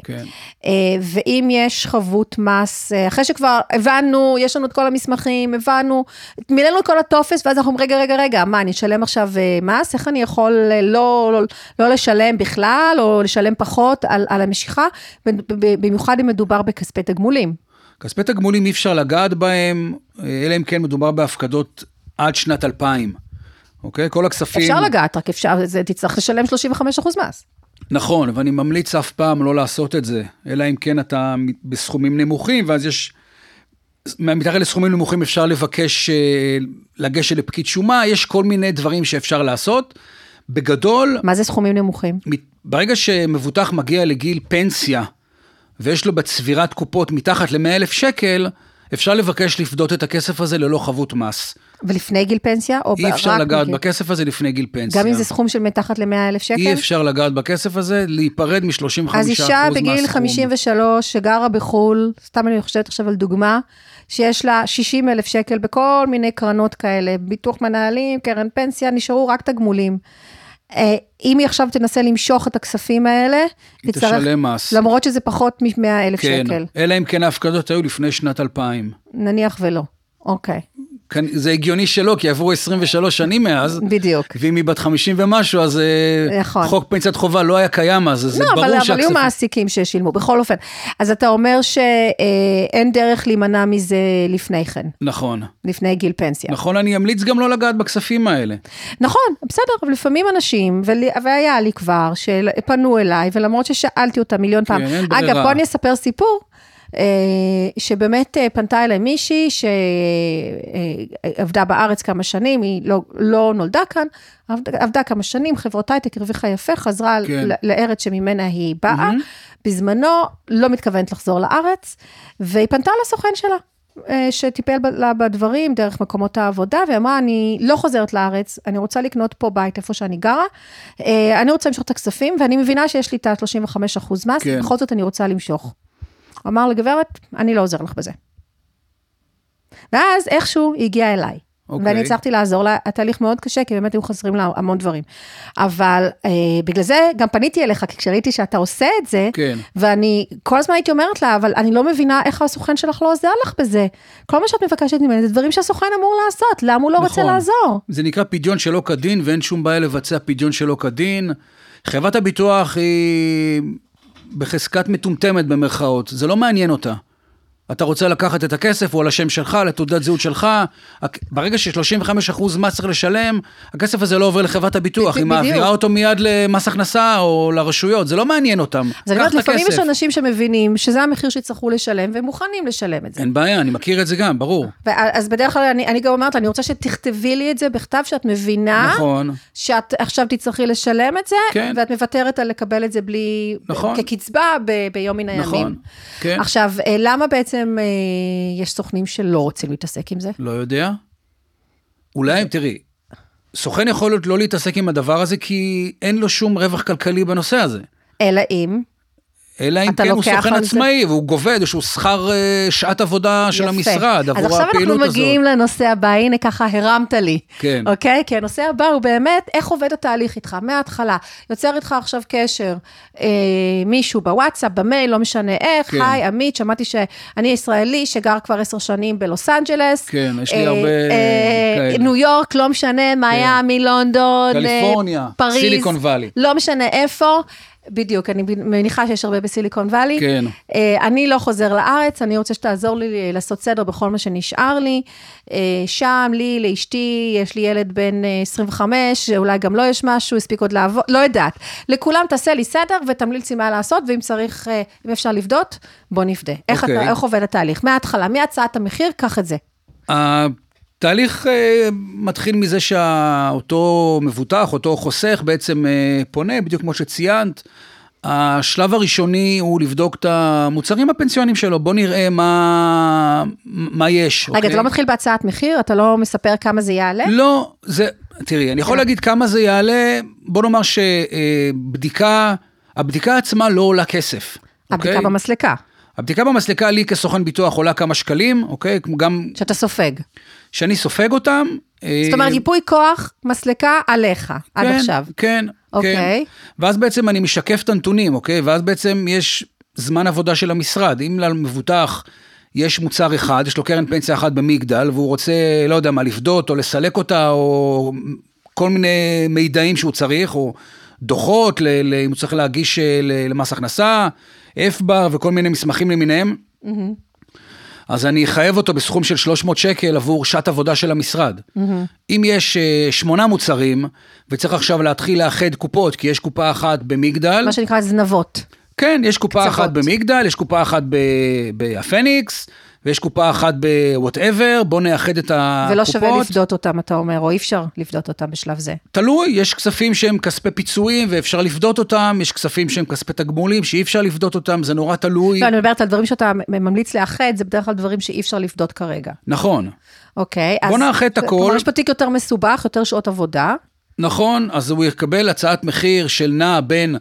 ואם יש חבות מס, אחרי שכבר הבנו, יש לנו את כל המסמכים, הבנו, מילאנו את כל הטופס, ואז אנחנו אומרים, רגע, מה, אני אשלם עכשיו מס? איך אני יכול לא לשלם בכלל, או לשלם פחות על המשיכה, במיוחד אם מדובר בכספי תגמולים. כספי תגמולים אי אפשר לגעת בהם, אלא אם כן מדובר בהפקדות עד שנת 2000. אוקיי? כל הכספים... אפשר לגעת, רק אפשר, תצטרך לשלם 35% מס. נכון, ואני ממליץ אף פעם לא לעשות את זה, אלא אם כן אתה בסכומים נמוכים, ואז יש... מתחת לסכומים נמוכים אפשר לבקש לגשת לפקיד שומה, יש כל מיני דברים שאפשר לעשות. בגדול... מה זה סכומים נמוכים? ברגע שמבוטח מגיע לגיל פנסיה, ויש לו בצבירת קופות מתחת ל100,000 שקל, אפשר לבקש לפדות את הכסף הזה ללא חבות מס. ולפני גיל פנסיה? אי אפשר לגעת בכסף הזה לפני גיל פנסיה. גם אם זה סכום של מתחת ל100,000 שקל? אי אפשר לגעת בכסף הזה, להיפרד מ-35% מהסכום. אז אישה בגיל 53 שגרה בחול, סתם אני חושבת עכשיו על דוגמה, שיש לה 60,000 שקל בכל מיני קרנות כאלה, ביטוח מנהלים, קרן פנסיה, נשארו רק תגמולים. אם היא עכשיו תנסה למשוך את הכספים האלה, היא תשלם מס. למרות שזה פחות מ100,000 שקל. כן, אלא אם כן ההפקדות היו לפני שנת 2000. נניח ולא, אוקיי. זה הגיוני שלא, כי עברו 23 שנים מאז. בדיוק. ואם היא בת 50 ומשהו, אז חוק פנסיית חובה לא היה קיים אז, זה ברור שהכסף... אבל היו מעסיקים ששילמו, בכל אופן. אז אתה אומר שאין דרך להימנע מזה לפני כן. נכון. לפני גיל פנסיה. נכון, אני אמליץ גם לא לגעת בכספים האלה. נכון, בסדר, אבל לפעמים אנשים, והיה לי כבר, שפנו אליי, ולמרות ששאלתי אותה מיליון פעם. אגב, בוא אני אספר סיפור, שבאמת פנתה אליי מישהי שעבדה בארץ כמה שנים, היא לא נולדה כאן, עבדה כמה שנים, חברות הייטק, הרוויחה יפה, חזרה לארץ שממנה היא באה, בזמנו לא מתכוונת לחזור לארץ, והיא פנתה לסוכן שלה, שטיפל לה בדברים דרך מקומות העבודה, ואמרה, אני לא חוזרת לארץ, אני רוצה לקנות פה בית איפה שאני גרה, אני רוצה למשוך את הכספים, ואני מבינה שיש לי את ה-35% מס, בכל זאת אני רוצה למשוך. הוא אמר לגברת, אני לא עוזר לך בזה. ואז איכשהו היא הגיעה אליי. ואני הצלחתי לעזור לה, התהליך מאוד קשה, כי באמת היו חסרים לה המון דברים. אבל בגלל זה גם פניתי אליך, כי כשראיתי שאתה עושה את זה, ואני כל הזמן הייתי אומרת לה, אבל אני לא מבינה איך הסוכן שלך לא עוזר לך בזה. כל מה שאת מבקשת ממני, זה דברים שהסוכן אמור לעשות, למה הוא לא רוצה לעזור? זה נקרא פדיון שלא כדין, ואין שום בעיה לבצע פדיון שלא כדין. חברת הביטוח היא... בחזקת מטומטמת במרכאות, זה לא מעניין אותה, אתה רוצה לקחת את הכסף, או על השם שלך, לתעודת זהות שלך, ברגע ש-35% מס צריך לשלם, הכסף הזה לא עובר לחברת הביטוח, היא מעבירה אותו מיד למס הכנסה, או לרשויות, זה לא מעניין אותם. אז אני אומרת, לפעמים יש אנשים שמבינים, שזה המחיר שיצטרכו לשלם, והם מוכנים לשלם את זה. אין בעיה, אני מכיר את זה גם, ברור. אז בדרך כלל, אני גם אומרת, אני רוצה שתכתבי לי את זה בכתב, שאת מבינה, נכון. שאת עכשיו תצטרכי לשלם את זה, כן. ואת מוותרת על לקבל את זה בלי, נכון. כקצבה ביום מן הימים. נכון, כן. עכשיו, למה בעצם יש סוכנים שלא רוצים להתעסק עם זה? לא יודע. אולי, תראי, סוכן יכול להיות לא להתעסק עם הדבר הזה, כי אין לו שום רווח כלכלי בנושא הזה. אלא אם כן הוא סוכן עצמאי, והוא גובד, איזשהו שכר שעת עבודה של המשרד, עבור הפעילות הזאת. אז עכשיו אנחנו מגיעים לנושא הבא, הנה ככה הרמת לי. כן. אוקיי? כי הנושא הבא הוא באמת, איך עובד התהליך איתך, מההתחלה. יוצר איתך עכשיו קשר, מישהו בוואטסאפ, במייל, לא משנה איך, היי, עמית, שמעתי שאני ישראלי, שגר כבר 10 שנים בלוס אנג'לס. כן, יש לי הרבה כאלה. ניו יורק, לא משנה, מיאמי, לונדון, קליפורניה, פריז. סיליקון ואלי. לא משנה איפה. בדיוק, אני מניחה שיש הרבה בסיליקון ואלי. כן. אני לא חוזר לארץ, אני רוצה שתעזור לי לעשות סדר בכל מה שנשאר לי. שם, לי, לאשתי, יש לי ילד בן 25, אולי גם לא יש משהו, הספיק עוד לעבוד, לא יודעת. לכולם תעשה לי סדר ותמליץ לי מה לעשות, ואם צריך, אם אפשר לבדות, בוא נפדה. איך עובד התהליך? מההתחלה, מהצעת המחיר, קח את זה. תהליך מתחיל מזה שאותו מבוטח, אותו חוסך בעצם פונה, בדיוק כמו שציינת, השלב הראשוני הוא לבדוק את המוצרים הפנסיונים שלו, בוא נראה מה יש. רגע, אתה לא מתחיל בהצעת מחיר? אתה לא מספר כמה זה יעלה? לא, תראי, אני יכול להגיד כמה זה יעלה, בוא נאמר שהבדיקה עצמה לא עולה כסף. הבדיקה במסלקה. הבדיקה במסלקה לי כסוכן ביטוח עולה כמה שקלים, אוקיי? גם שאתה סופג. שאני סופג אותם. זאת אומרת, ייפוי כוח, מסלקה עליך, עד עכשיו. כן, כן. ואז בעצם אני משקף את הנתונים, אוקיי? ואז בעצם יש זמן עבודה של המשרד. אם למבוטח יש מוצר אחד, יש לו קרן פנסיה אחת במגדל, והוא רוצה, לא יודע מה, לפדות או לסלק אותה, או כל מיני מידעים שהוא צריך, או דוחות, אם הוא צריך להגיש למס הכנסה, FBAR וכל מיני מסמכים למיניהם, אז אני אחייב אותו בסכום של 300 שקל עבור שעת עבודה של המשרד. אם יש 8 מוצרים, וצריך עכשיו להתחיל לאחד קופות, כי יש קופה אחת במגדל. מה שנקרא זנבות. כן, יש קופה אחת במגדל, יש קופה אחת בפניקס, ויש קופה אחת ב-whatever, בוא נאחד את הקופות. ולא שווה לפדות אותם, אתה אומר, או אי אפשר לפדות אותם בשלב זה. תלוי, יש כספים שהם כספי פיצויים, ואפשר לפדות אותם, יש כספים שהם כספי תגמולים, שאי אפשר לפדות אותם, זה נורא תלוי. לא, אני מדברת על דברים שאתה ממליץ לאחד, זה בדרך כלל דברים שאי אפשר לפדות כרגע. נכון. אוקיי, אז... בוא נאחד את הכל. כלומר, יש פה תיק יותר מסובך, יותר שעות עבודה. נכון, אז הוא יקבל הצעת מחיר של נע בין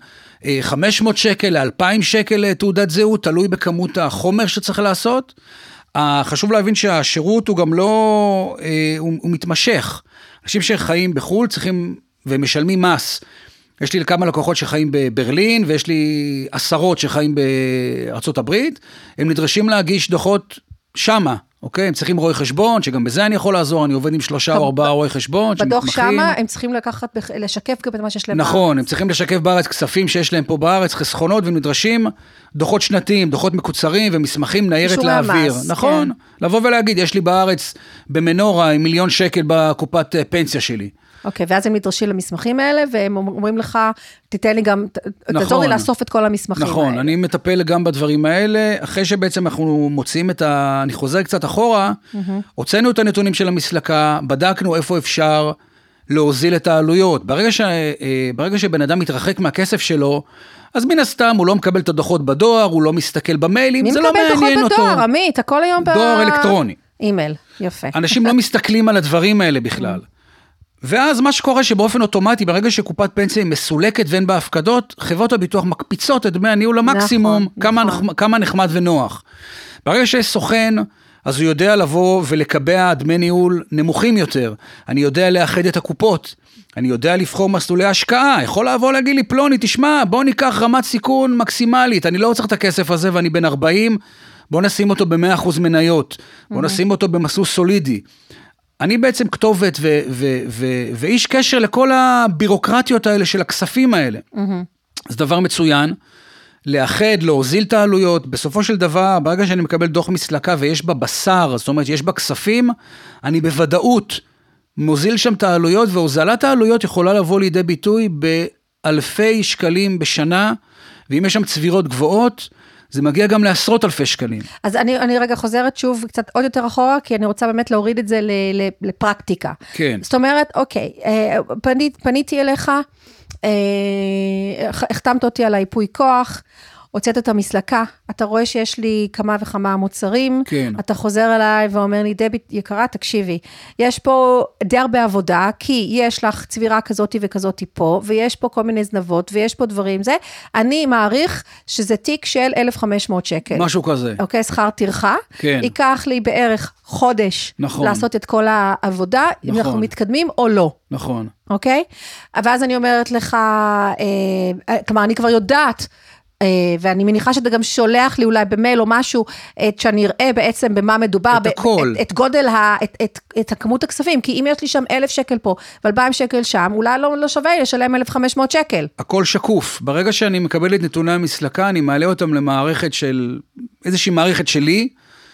500 שקל ל-2,000 שקל לתעודת זהות, תלוי בכמות החומר שצריך לעשות. חשוב להבין שהשירות הוא גם לא, הוא מתמשך. אנשים שחיים בחו"ל צריכים ומשלמים מס. יש לי כמה לקוחות שחיים בברלין, ויש לי עשרות שחיים בארצות הברית, הם נדרשים להגיש דוחות שמה, אוקיי? הם צריכים רואי חשבון, שגם בזה אני יכול לעזור, אני עובד עם 3 או 4 רואי חשבון. בדוח שמה הם צריכים לשקף גם את מה שיש להם בארץ. נכון, הם צריכים לשקף בארץ כספים שיש להם פה בארץ, חסכונות, והם נדרשים דוחות שנתיים, דוחות מקוצרים ומסמכים ניירת לאוויר. נכון, לבוא ולהגיד, יש לי בארץ במנורה 1,000,000 שקל בקופת פנסיה שלי. אוקיי, ואז הם נדרשים למסמכים האלה, והם אומרים לך, תיתן לי גם, תעזור לי לאסוף את כל המסמכים האלה. נכון, אני מטפל גם בדברים האלה, אחרי שבעצם אנחנו מוצאים אני חוזר קצת אחורה, הוצאנו את הנתונים של המסלקה, בדקנו איפה אפשר להוזיל את העלויות. ברגע שבן אדם מתרחק מהכסף שלו, אז מן הסתם הוא לא מקבל את הדוחות בדואר, הוא לא מסתכל במיילים, זה לא מעניין אותו. מי מקבל דוחות בדואר, עמית, הכל היום דואר אלקטרוני. אימייל, יפה. אנשים לא מסתכלים על הדברים האלה בכלל. ואז מה שקורה שבאופן אוטומטי, ברגע שקופת פנסיה היא מסולקת ואין בה הפקדות, חברות הביטוח מקפיצות את דמי הניהול למקסימום, כמה נחמד ונוח. ברגע שיש סוכן, אז הוא יודע לבוא ולקבע דמי ניהול נמוכים יותר. אני יודע לאחד את הקופות. אני יודע לבחור מסלולי השקעה. יכול לבוא להגיד לי, פלוני, תשמע, בוא ניקח רמת סיכון מקסימלית. אני לא צריך את הכסף הזה ואני בן 40, בוא נשים אותו ב100% מניות. בוא נשים אותו במסלול סולידי. אני בעצם כתובת ואיש קשר לכל הבירוקרטיות האלה של הכספים האלה. זה דבר מצוין. לאחד, להוזיל את העלויות, בסופו של דבר, ברגע שאני מקבל דוח מסלקה ויש בה בשר, זאת אומרת, יש בה כספים, אני בוודאות מוזיל שם את העלויות, והוזלת העלויות יכולה לבוא לידי ביטוי באלפי שקלים בשנה, ואם יש שם צבירות גבוהות, זה מגיע גם לעשרות אלפי שקלים. אז אני רגע חוזרת שוב קצת עוד יותר אחורה, כי אני רוצה באמת להוריד את זה לפרקטיקה. כן. זאת אומרת, אוקיי, פניתי אליך, החתמת אותי על היפוי כוח, הוצאת את המסלקה, אתה רואה שיש לי כמה וכמה מוצרים, כן. אתה חוזר אליי ואומר לי, דבי יקרה, תקשיבי, יש פה די הרבה עבודה, כי יש לך צבירה כזאת וכזאת פה, ויש פה כל מיני זנבות, ויש פה דברים זה, אני מעריך שזה תיק של 1,500 שקל. משהו כזה. אוקיי, שכר טרחה, כן. ייקח לי בערך חודש, נכון. לעשות את כל העבודה, נכון. אם אנחנו מתקדמים או לא. נכון. אוקיי? ואז אני אומרת לך, כלומר, אני כבר יודעת, ואני מניחה שאתה גם שולח לי אולי במייל או משהו, שאני אראה בעצם במה מדובר, את הכל. את גודל, את הכמות הכספים, כי אם יש לי שם 1,000 שקל פה, ו2,000 שקל שם, אולי לא שווה לשלם 1,500 שקל. הכל שקוף. ברגע שאני מקבל את נתוני המסלקה, אני מעלה אותם למערכת של, איזושהי מערכת שלי,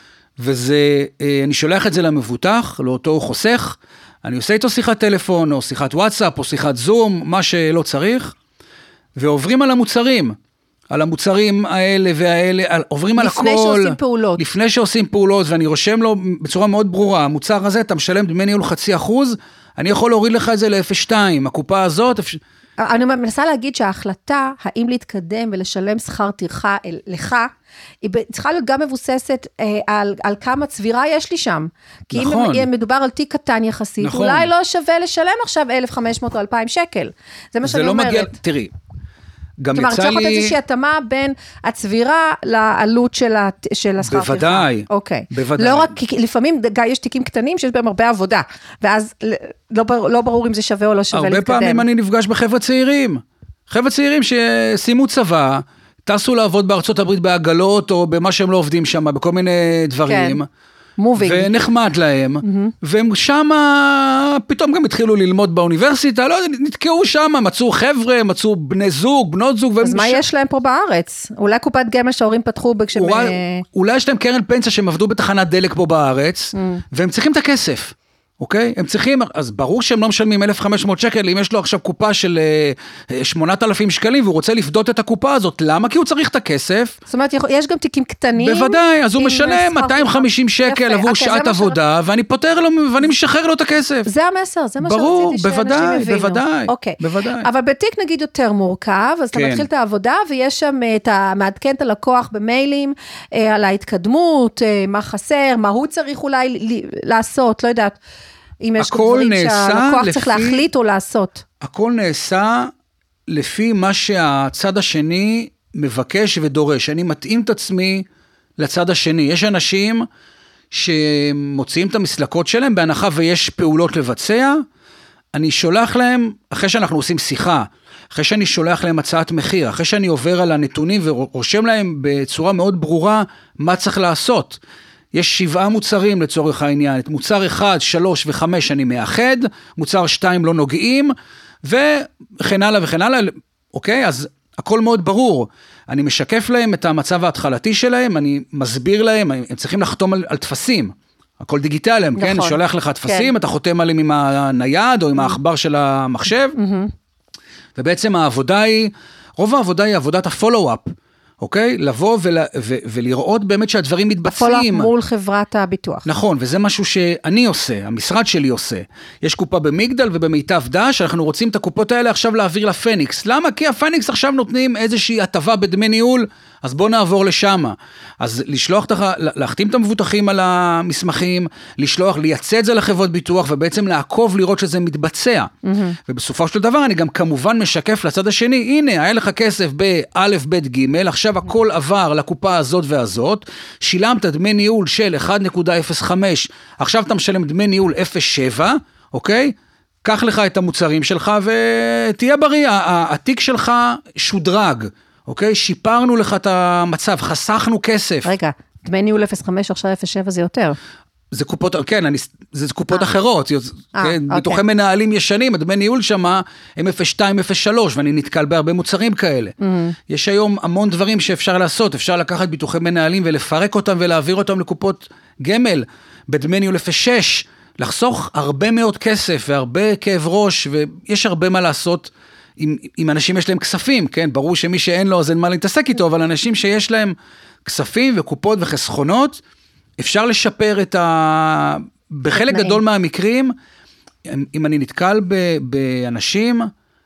וזה, אני שולח את זה למבוטח, לאותו חוסך, אני עושה איתו שיחת טלפון, או שיחת וואטסאפ, או שיחת זום, מה שלא צריך, ועוברים על המוצרים. על המוצרים האלה והאלה, עוברים על הכל. לפני שעושים פעולות. לפני שעושים פעולות, ואני רושם לו בצורה מאוד ברורה, המוצר הזה, אתה משלם דמי ניהול 0.5%, אני יכול להוריד לך את זה ל-0.2, הקופה הזאת. אני מנסה להגיד שההחלטה, האם להתקדם ולשלם שכר טרחה לך, היא צריכה להיות גם מבוססת על כמה צבירה יש לי שם. כי נכון. אם מדובר על תיק קטן יחסית, נכון. אולי לא שווה לשלם עכשיו 1,500 או 2,000 שקל. זה מה שאני אומרת. מגיע, תראי, גם כלומר, יצא צריך לי... לתת איזושהי התאמה בין הצבירה לעלות של השכר טרחה. בוודאי. אוקיי. בוודאי. לא רק, כי לפעמים יש תיקים קטנים שיש בהם הרבה עבודה, ואז לא ברור אם זה שווה או לא שווה להתקדם. הרבה פעמים אני נפגש בחבר'ה צעירים. חבר'ה צעירים ששימו צבא, טסו לעבוד בארצות הברית בעגלות, או במה שהם לא עובדים שם, בכל מיני דברים. כן. מובינג. ונחמד להם, והם שמה, פתאום גם התחילו ללמוד באוניברסיטה, לא, נתקעו שם, מצאו חבר'ה, מצאו בני זוג, בנות זוג. אז מה יש להם פה בארץ? אולי קופת גמל שההורים פתחו אולי יש להם קרן פנסיה שהם עבדו בתחנת דלק פה בארץ, והם צריכים את הכסף. אוקיי? הם צריכים, אז ברור שהם לא משלמים 1,500 שקל, אם יש לו עכשיו קופה של 8,000 שקלים, והוא רוצה לפדות את הקופה הזאת, למה? כי הוא צריך את הכסף. זאת אומרת, יש גם תיקים קטנים. בוודאי, אז הוא משלם 250 שקל עבור שעת עבודה, ואני פותר לו, ואני משחרר לו את הכסף. זה המסר, זה מה שרציתי שאנשים יבינו. בוודאי, אוקיי. בוודאי. אבל בתיק נגיד יותר מורכב, אז אתה מתחיל את העבודה, ויש שם, אתה מעדכן את הלקוח במיילים, על ההתקדמות, מה חסר, מה הוא צריך אולי לעשות, לא יודעת. אם יש דברים שהלקוח צריך להחליט או לעשות. הכל נעשה לפי מה שהצד השני מבקש ודורש. אני מתאים את עצמי לצד השני. יש אנשים שמוציאים את המסלקות שלהם, בהנחה ויש פעולות לבצע, אני שולח להם, אחרי שאנחנו עושים שיחה, אחרי שאני שולח להם הצעת מחיר, אחרי שאני עובר על הנתונים ורושם להם בצורה מאוד ברורה מה צריך לעשות. יש 7 מוצרים לצורך העניין, את מוצר 1, 3 ו5 אני מאחד, מוצר 2 לא נוגעים, וכן הלאה וכן הלאה, אוקיי? אז הכל מאוד ברור. אני משקף להם את המצב ההתחלתי שלהם, אני מסביר להם, הם צריכים לחתום על תפסים, הכל דיגיטלי, נכון. כן? שולח לך תפסים, כן. אתה חותם עליהם עם הנייד או עם העכבר של המחשב, ובעצם העבודה היא, רוב העבודה היא עבודת הפולו-אפ, אוקיי? לבוא ולראות באמת שהדברים מתבצעים. הפולו-אפ מול חברת הביטוח. נכון, וזה משהו שאני עושה, המשרד שלי עושה. יש קופה במגדל ובמיטב דש, אנחנו רוצים את הקופות האלה עכשיו להעביר לפניקס. למה? כי הפניקס עכשיו נותנים איזושהי הטבה בדמי ניהול, אז בוא נעבור לשם. אז להחתים את המבוטחים על המסמכים, לייצא את זה לחברות ביטוח, ובעצם לעקוב לראות שזה מתבצע. ובסופו של דבר אני גם כמובן משקף לצד השני, הנה, היה לך כסף באלף, בית ג', עכשיו הכל עבר לקופה הזאת והזאת, שילמת דמי ניהול של 1.05, עכשיו אתה משלם דמי ניהול 0.7, אוקיי? קח לך את המוצרים שלך ותהיה בריא, התיק שלך שודרג, אוקיי? שיפרנו לך את המצב, חסכנו כסף. רגע, דמי ניהול 0.5, עכשיו 0.7 זה יותר. זה קופות, כן, זה קופות אחרות, כן, ביטוחי מנהלים ישנים, הדמי ניהול שמה, הם 0.2, 0.3, ואני נתקל בהרבה מוצרים כאלה. יש היום המון דברים שאפשר לעשות, אפשר לקחת ביטוחי מנהלים ולפרק אותם ולהעביר אותם לקופות גמל, בדמי ניהול 0.6, לחסוך הרבה מאוד כסף והרבה כאב ראש, ויש הרבה מה לעשות אם אנשים יש להם כספים, כן, ברור שמי שאין לו אז אין מה להתעסק איתו, אבל אנשים שיש להם כספים וקופות וחסכונות, אפשר לשפר בחלק גדול מהמקרים, אם אני נתקל באנשים,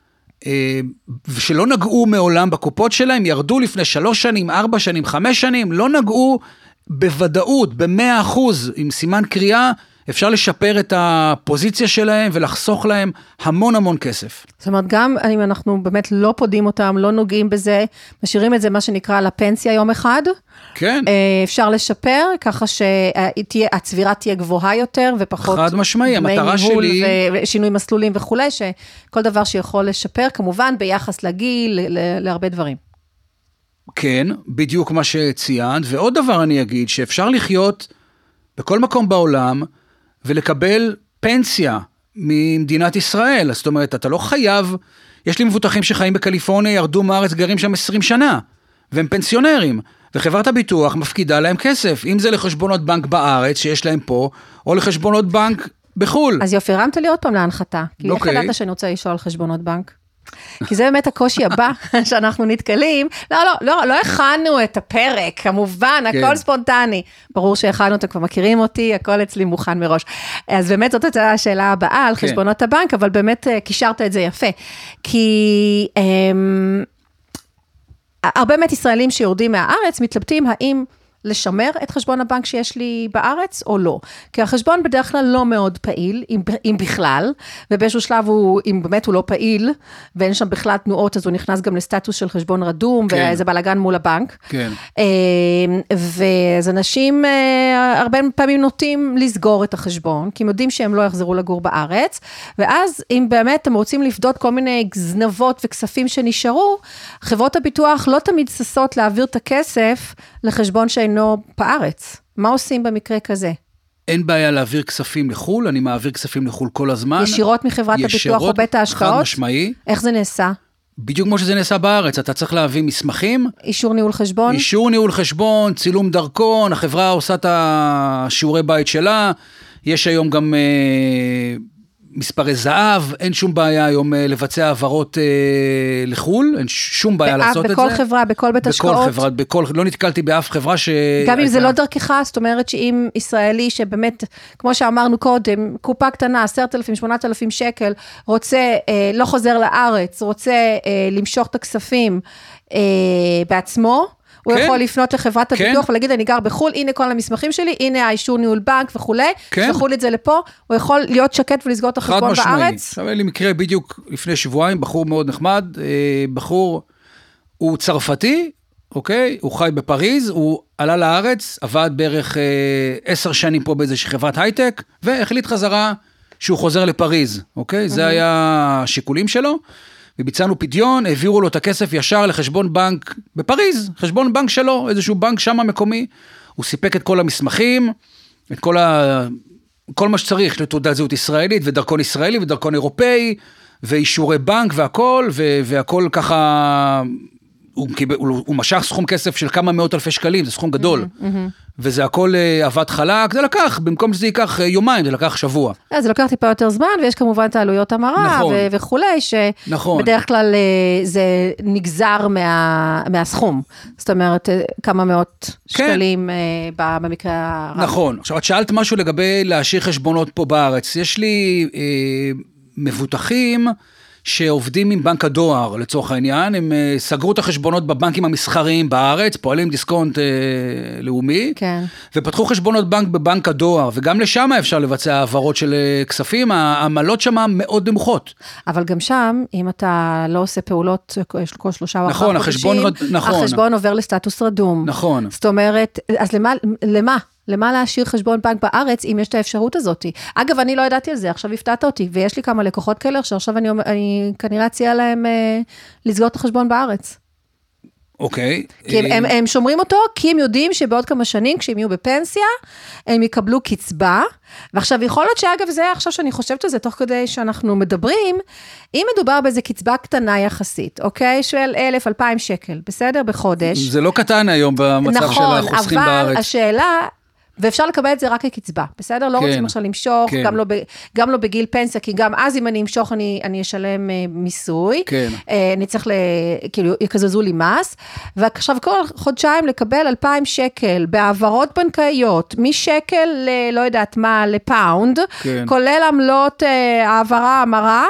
שלא נגעו מעולם בקופות שלהם, ירדו לפני 3 שנים, 4 שנים, 5 שנים, לא נגעו בוודאות, ב100%, עם סימן קריאה, אפשר לשפר את הפוזיציה שלהם, ולחסוך להם המון המון כסף. זאת אומרת, גם אם אנחנו באמת לא פודים אותם, לא נוגעים בזה, משאירים את זה מה שנקרא לפנסיה יום אחד, כן. אפשר לשפר, ככה שהצבירה תהיה גבוהה יותר, ופחות חד משמעי, המטרה שלי ושינוי מסלולים וכו', שכל דבר שיכול לשפר, כמובן ביחס לגיל, להרבה דברים. כן, בדיוק מה שציינת, ועוד דבר אני אגיד, שאפשר לחיות בכל מקום בעולם, ולקבל פנסיה ממדינת ישראל. זאת אומרת, אתה לא חייב, יש לי מבוטחים שחיים בקליפורניה, ירדו מארץ, גרים שם 20 שנה, והם פנסיונרים, וחברת הביטוח מפקידה להם כסף, אם זה לחשבונות בנק בארץ, שיש להם פה, או לחשבונות בנק בחול. אז יופי, הרמת לי עוד פעם להנחתה, כי איך ידעת שאני רוצה לשאול על חשבונות בנק? כי זה באמת הקושי הבא שאנחנו נתקלים. לא הכנו את הפרק, כמובן, הכל ספונטני. ברור שהכנו, אתם כבר מכירים אותי, הכל אצלי מוכן מראש. אז באמת זאת הייתה השאלה הבאה על חשבונות הבנק, אבל באמת קישרת את זה יפה. כי הרבה באמת ישראלים שיורדים מהארץ מתלבטים האם לשמר את חשבון הבנק שיש לי בארץ או לא. כי החשבון בדרך כלל לא מאוד פעיל, אם בכלל, ובאיזשהו שלב אם באמת הוא לא פעיל, ואין שם בכלל תנועות, אז הוא נכנס גם לסטטוס של חשבון רדום, כן. ואיזה בלגן מול הבנק. כן. ואז אנשים הרבה פעמים נוטים לסגור את החשבון, כי הם יודעים שהם לא יחזרו לגור בארץ, ואז אם באמת אתם רוצים לפדות כל מיני זנבות וכספים שנשארו, חברות הביטוח לא תמיד ששות להעביר את הכסף לחשבון שאינו בארץ. מה עושים במקרה כזה? אין בעיה להעביר כספים לחול, אני מעביר כספים לחול כל הזמן. ישירות מחברת הביטוח או בית ההשקעות? חד משמעי. איך זה נעשה? בדיוק כמו שזה נעשה בארץ, אתה צריך להביא מסמכים. אישור ניהול חשבון? אישור ניהול חשבון, צילום דרכון, החברה עושה את השיעורי בית שלה, יש היום גם מספרי זהב, אין שום בעיה היום לבצע העברות לחול, אין שום בעיה לעשות את זה. בכל חברה, בכל בית השקעות? בכל חברה, לא נתקלתי באף חברה גם אם זה לא דרכך, זאת אומרת שאם ישראלי שבאמת, כמו שאמרנו קודם, קופה קטנה, 10,000, 8,000 שקל, רוצה, לא חוזר לארץ, רוצה למשוך את הכספים בעצמו, הוא יכול לפנות לחברת הביטוח ולהגיד, אני גר בחול, הנה כל המסמכים שלי, הנה האישור ניהול בנק וכו', שלחו לי את זה לפה, הוא יכול להיות שקט ולסגור את החשבון בארץ. עכשיו היה לי מקרה בדיוק לפני שבועיים, בחור מאוד נחמד, בחור הוא צרפתי, אוקיי? הוא חי בפריז, הוא עלה לארץ, עבד בערך 10 שנים פה באיזושהי חברת הייטק, והחליט חזרה שהוא חוזר לפריז, אוקיי? זה היה השיקולים שלו. וביצענו פדיון, העבירו לו את הכסף ישר לחשבון בנק בפריז, חשבון בנק שלו, איזשהו בנק שם המקומי, הוא סיפק את כל המסמכים, את כל מה שצריך, לתעודת זהות ישראלית, ודרכון ישראלי, ודרכון אירופאי, ואישורי בנק והכל, והכל ככה, הוא משך סכום כסף של כמה מאות אלפי שקלים, זה סכום גדול, וזה הכל עבד חלק, זה לקח, במקום שזה ייקח יומיים, זה לקח שבוע. זה לקח טיפה יותר זמן, ויש כמובן את העלויות המרה, וכולי, שבדרך כלל זה נגזר מהסכום, זאת אומרת, כמה מאות שקלים במקרה הרב. נכון, עכשיו את שאלת משהו לגבי להשאיר חשבונות פה בארץ, יש לי מבוטחים, שעובדים עם בנק הדואר, לצורך העניין, הם סגרו את החשבונות בבנקים המסחריים בארץ, פועלים דיסקונט לאומי, כן. ופתחו חשבונות בנק בבנק הדואר, וגם לשם אפשר לבצע העברות של כספים, העמלות שם מאוד נמוכות. אבל גם שם, אם אתה לא עושה פעולות כל 3 או 4 נכון, חודשים, החשבון עובר לסטטוס רדום. נכון. זאת אומרת, אז למה? למה להשאיר חשבון בנק בארץ, אם יש את האפשרות הזאת? אגב, אני לא ידעתי על זה, עכשיו הפתעת אותי, ויש לי כמה לקוחות כאלה, שעכשיו אני כנראה אציע להם לסגור את החשבון בארץ. אוקיי. כי הם שומרים אותו, כי הם יודעים שבעוד כמה שנים, כשהם יהיו בפנסיה, הם יקבלו קצבה, ועכשיו יכול להיות שאגב זה, עכשיו שאני חושבת על זה, תוך כדי שאנחנו מדברים, אם מדובר באיזה קצבה קטנה יחסית, אוקיי? של 1,000-2,000 שקל, בסדר? בחודש. זה לא קטן היום במצב של החוסכים בארץ. נכון, אבל השאלה... ואפשר לקבל את זה רק כקצבה, בסדר? לא רוצים עכשיו למשוך, גם לא בגיל פנסיה, כי גם אז אם אני אמשוך, אני אשלם מיסוי, אני צריך, כאילו, יקזזו לי מס, ועכשיו כל חודשיים לקבל 2,000 שקל, בעברות בנקאיות, משקל לא יודעת מה, לפאונד, כולל עמלות העברה, המרה,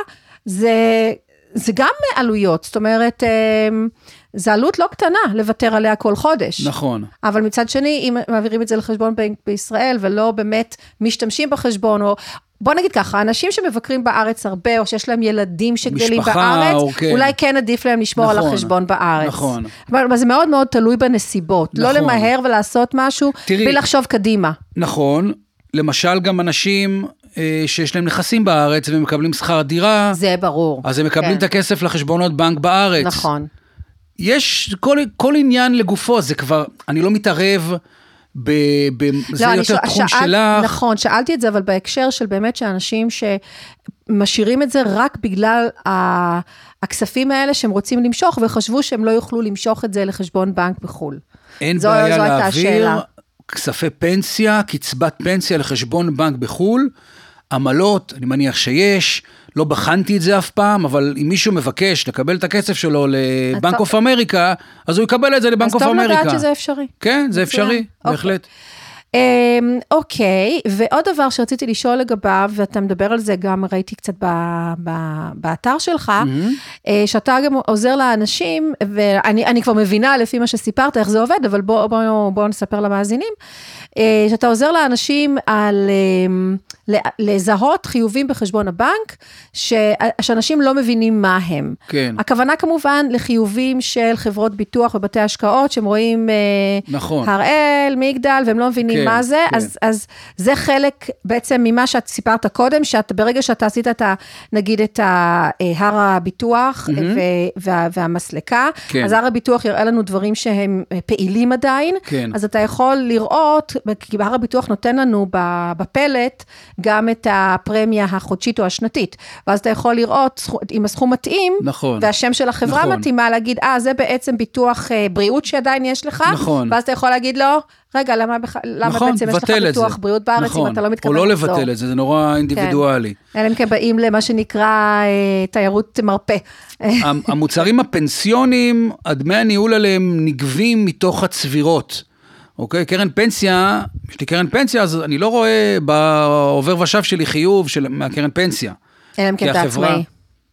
זה גם עלויות, זאת אומרת, זה עלות לא קטנה לוותר עליה כל חודש. נכון. אבל מצד שני, אם מעבירים את זה לחשבון בנק בישראל, ולא באמת משתמשים בחשבון, או בוא נגיד ככה, אנשים שמבקרים בארץ הרבה, או שיש להם ילדים שגדלים בארץ, אולי כן עדיף להם לשמור על החשבון בארץ. נכון. אבל זה מאוד מאוד תלוי בנסיבות. לא למהר ולעשות משהו, בלי לחשוב קדימה. נכון. למשל גם אנשים שיש להם נכסים בארץ, והם מקבלים שכר דירה. זה ברור. אז הם מקבלים את הכסף לחשבונות בנק בארץ. נכון. יש כל עניין לגופו, זה כבר, אני לא מתערב, זה יותר תחום שלך. נכון, שאלתי את זה, אבל בהקשר של באמת שאנשים שמשאירים את זה רק בגלל הכספים האלה שהם רוצים למשוך, וחשבו שהם לא יוכלו למשוך את זה לחשבון בנק בחול. אין בעיה להעביר כספי פנסיה, קצבת פנסיה לחשבון בנק בחול, עמלות, אני מניח שיש, לא בחנתי את זה אף פעם, אבל אם מישהו מבקש לקבל את הכסף שלו לבנק אוף אמריקה, אז הוא יקבל את זה לבנק אוף אמריקה. אז טוב לדעת שזה אפשרי. כן, זה אפשרי, בהחלט. אוקיי, ועוד דבר שרציתי לשאול לגביו, ואתה מדבר על זה גם, ראיתי קצת באתר שלך, שאתה גם עוזר לאנשים, ואני כבר מבינה לפי מה שסיפרת, איך זה עובד, אבל בואו נספר למאזינים, שאתה עוזר לאנשים על לזהות חיובים בחשבון הבנק, שאנשים לא מבינים מה הם. כן. הכוונה כמובן לחיובים של חברות ביטוח ובתי השקעות, שהם רואים הראל, מגדל, והם לא מבינים מה זה, אז זה חלק בעצם ממה שאת סיפרת קודם, ברגע שאתה עשית נגיד את הר הביטוח והמסלקה, אז הר הביטוח יראה לנו דברים שהם פעילים עדיין, אז אתה יכול לראות, כי הר הביטוח נותן לנו בפלט, גם את הפרמיה החודשית או השנתית, ואז אתה יכול לראות אם הסכום מתאים, והשם של החברה מתאימה, להגיד, זה בעצם ביטוח בריאות שעדיין יש לך, ואז אתה יכול להגיד לו, רגע, למה בעצם יש לך ביטוח בריאות בארץ, אם אתה לא מתכוון או לא לבטל את זה, זה נורא אינדיבידואלי. אלא אם כן באים למה שנקרא תיירות מרפא. המוצרים הפנסיונים, דמי הניהול עליהם נגבים מתוך הצבירות. אוקיי, קרן פנסיה, יש לי קרן פנסיה, אז אני לא רואה בעובר ושב שלי חיוב מהקרן פנסיה. אלא אם כן אתה עצמאי.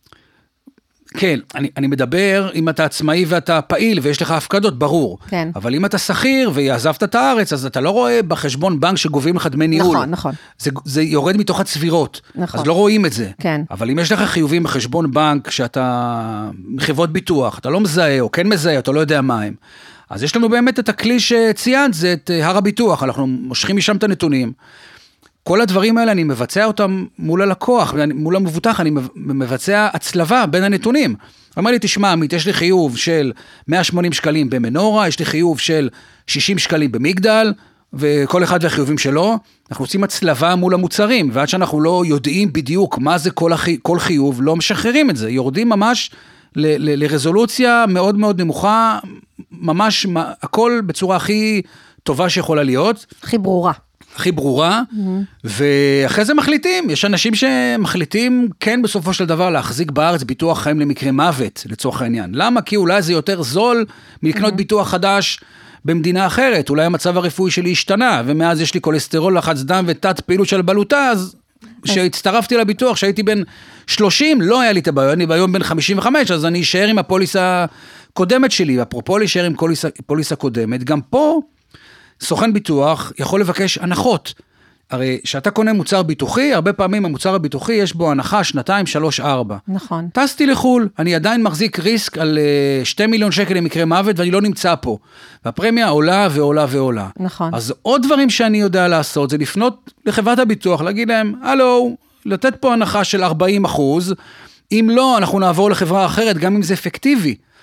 כן, אני מדבר, אם אתה עצמאי ואתה פעיל, ויש לך הפקדות, ברור. כן. אבל אם אתה שכיר ועזבת את הארץ, אז אתה לא רואה בחשבון בנק שגובים לך דמי ניהול. נכון, נכון. זה יורד מתוך הצבירות. נכון. אז לא רואים את זה. כן. אבל אם יש לך חיובים בחשבון בנק, שאתה מחברות ביטוח, אתה לא מזהה, או כן מזהה, אתה לא יודע מה הם. אז יש לנו באמת את הכלי שציינת, זה את הר הביטוח, אנחנו מושכים משם את הנתונים. כל הדברים האלה אני מבצע אותם מול הלקוח, מול המבוטח, אני מבצע הצלבה בין הנתונים. אומר לי, תשמע, עמית, יש לי חיוב של 180 שקלים במנורה, יש לי חיוב של 60 שקלים במגדל, וכל אחד והחיובים שלו, אנחנו עושים הצלבה מול המוצרים, ועד שאנחנו לא יודעים בדיוק מה זה כל חיוב, לא משחררים את זה, יורדים ממש לרזולוציה מאוד מאוד נמוכה, ממש הכל בצורה הכי טובה שיכולה להיות. הכי ברורה. הכי ברורה, ואחרי זה מחליטים, יש אנשים שמחליטים כן בסופו של דבר להחזיק בארץ ביטוח חיים למקרה מוות, לצורך העניין. למה? כי אולי זה יותר זול מלקנות ביטוח חדש במדינה אחרת, אולי המצב הרפואי שלי השתנה, ומאז יש לי קולסטרול, לחץ דם ותת פעילות של בלוטה, אז שהצטרפתי לביטוח, שהייתי בן 30, לא היה לי את הבעיה, אני ביום בן 55, אז אני אשאר עם הפוליסה קודמת שלי, אפרופו להישאר עם פוליסה קודמת, גם פה, סוכן ביטוח יכול לבקש הנחות. הרי שאתה קונה מוצר ביטוחי, הרבה פעמים המוצר הביטוחי יש בו הנחה 2, 3, 4. נכון. טסתי לחול, אני עדיין מחזיק ריסק על 2 מיליון שקל למקרה מוות, ואני לא נמצא פה. והפרמיה עולה ועולה ועולה. נכון. אז עוד דברים שאני יודע לעשות, זה לפנות לחברת הביטוח, להגיד להם, הלו, לתת פה הנחה של 40%, אם לא, אנחנו נעבור לחברה אחרת, גם אם זה אפקטיבי.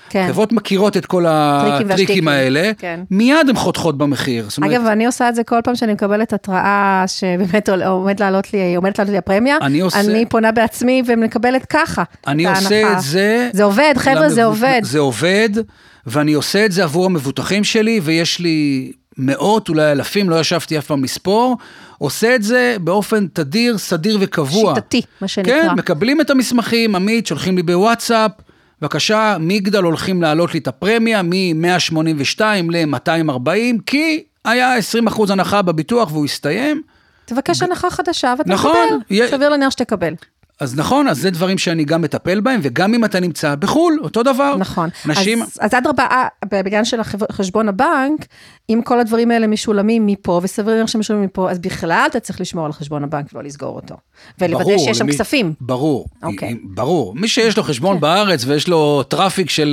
חברות מכירות את כל הטריקים האלה, מיד הן חותכות במחיר. אגב, אני עושה את זה כל פעם שאני מקבלת התראה שבאמת עומדת לעלות לי הפרמיה, אני פונה בעצמי ומקבלת ככה. אני עושה את זה. זה עובד, חבר'ה, זה עובד. זה עובד, ואני עושה את זה עבור המבוטחים שלי, ויש לי מאות, אולי אלפים, לא ישבתי אף פעם לספור, עושה את זה באופן תדיר, סדיר וקבוע. שיטתי, מה שנקרא. כן, מקבלים את המסמכים, עמית, שולחים לי בוואטסאפ, בבקשה, מגדל הולכים להעלות לי את הפרמיה, מ-182 ל-240, כי היה 20% הנחה בביטוח, והוא הסתיים. תבקש הנחה חדשה, ואתה נכון, תקבל, סביר להניח שתקבל. אז נכון, אז זה דברים שאני גם מטפל בהם, וגם אם אתה נמצא בחול, אותו דבר. נכון. אנשים... אז עד רבה, בגלל של חשבון הבנק, אם כל הדברים האלה משולמים מפה, וסביר להניח שמשולמים מפה, אז בכלל אתה צריך לשמור על חשבון הבנק, ולא לסגור אותו. ולוודא שיש שם כספים. ברור, ברור. מי שיש לו חשבון בארץ, ויש לו טראפיק של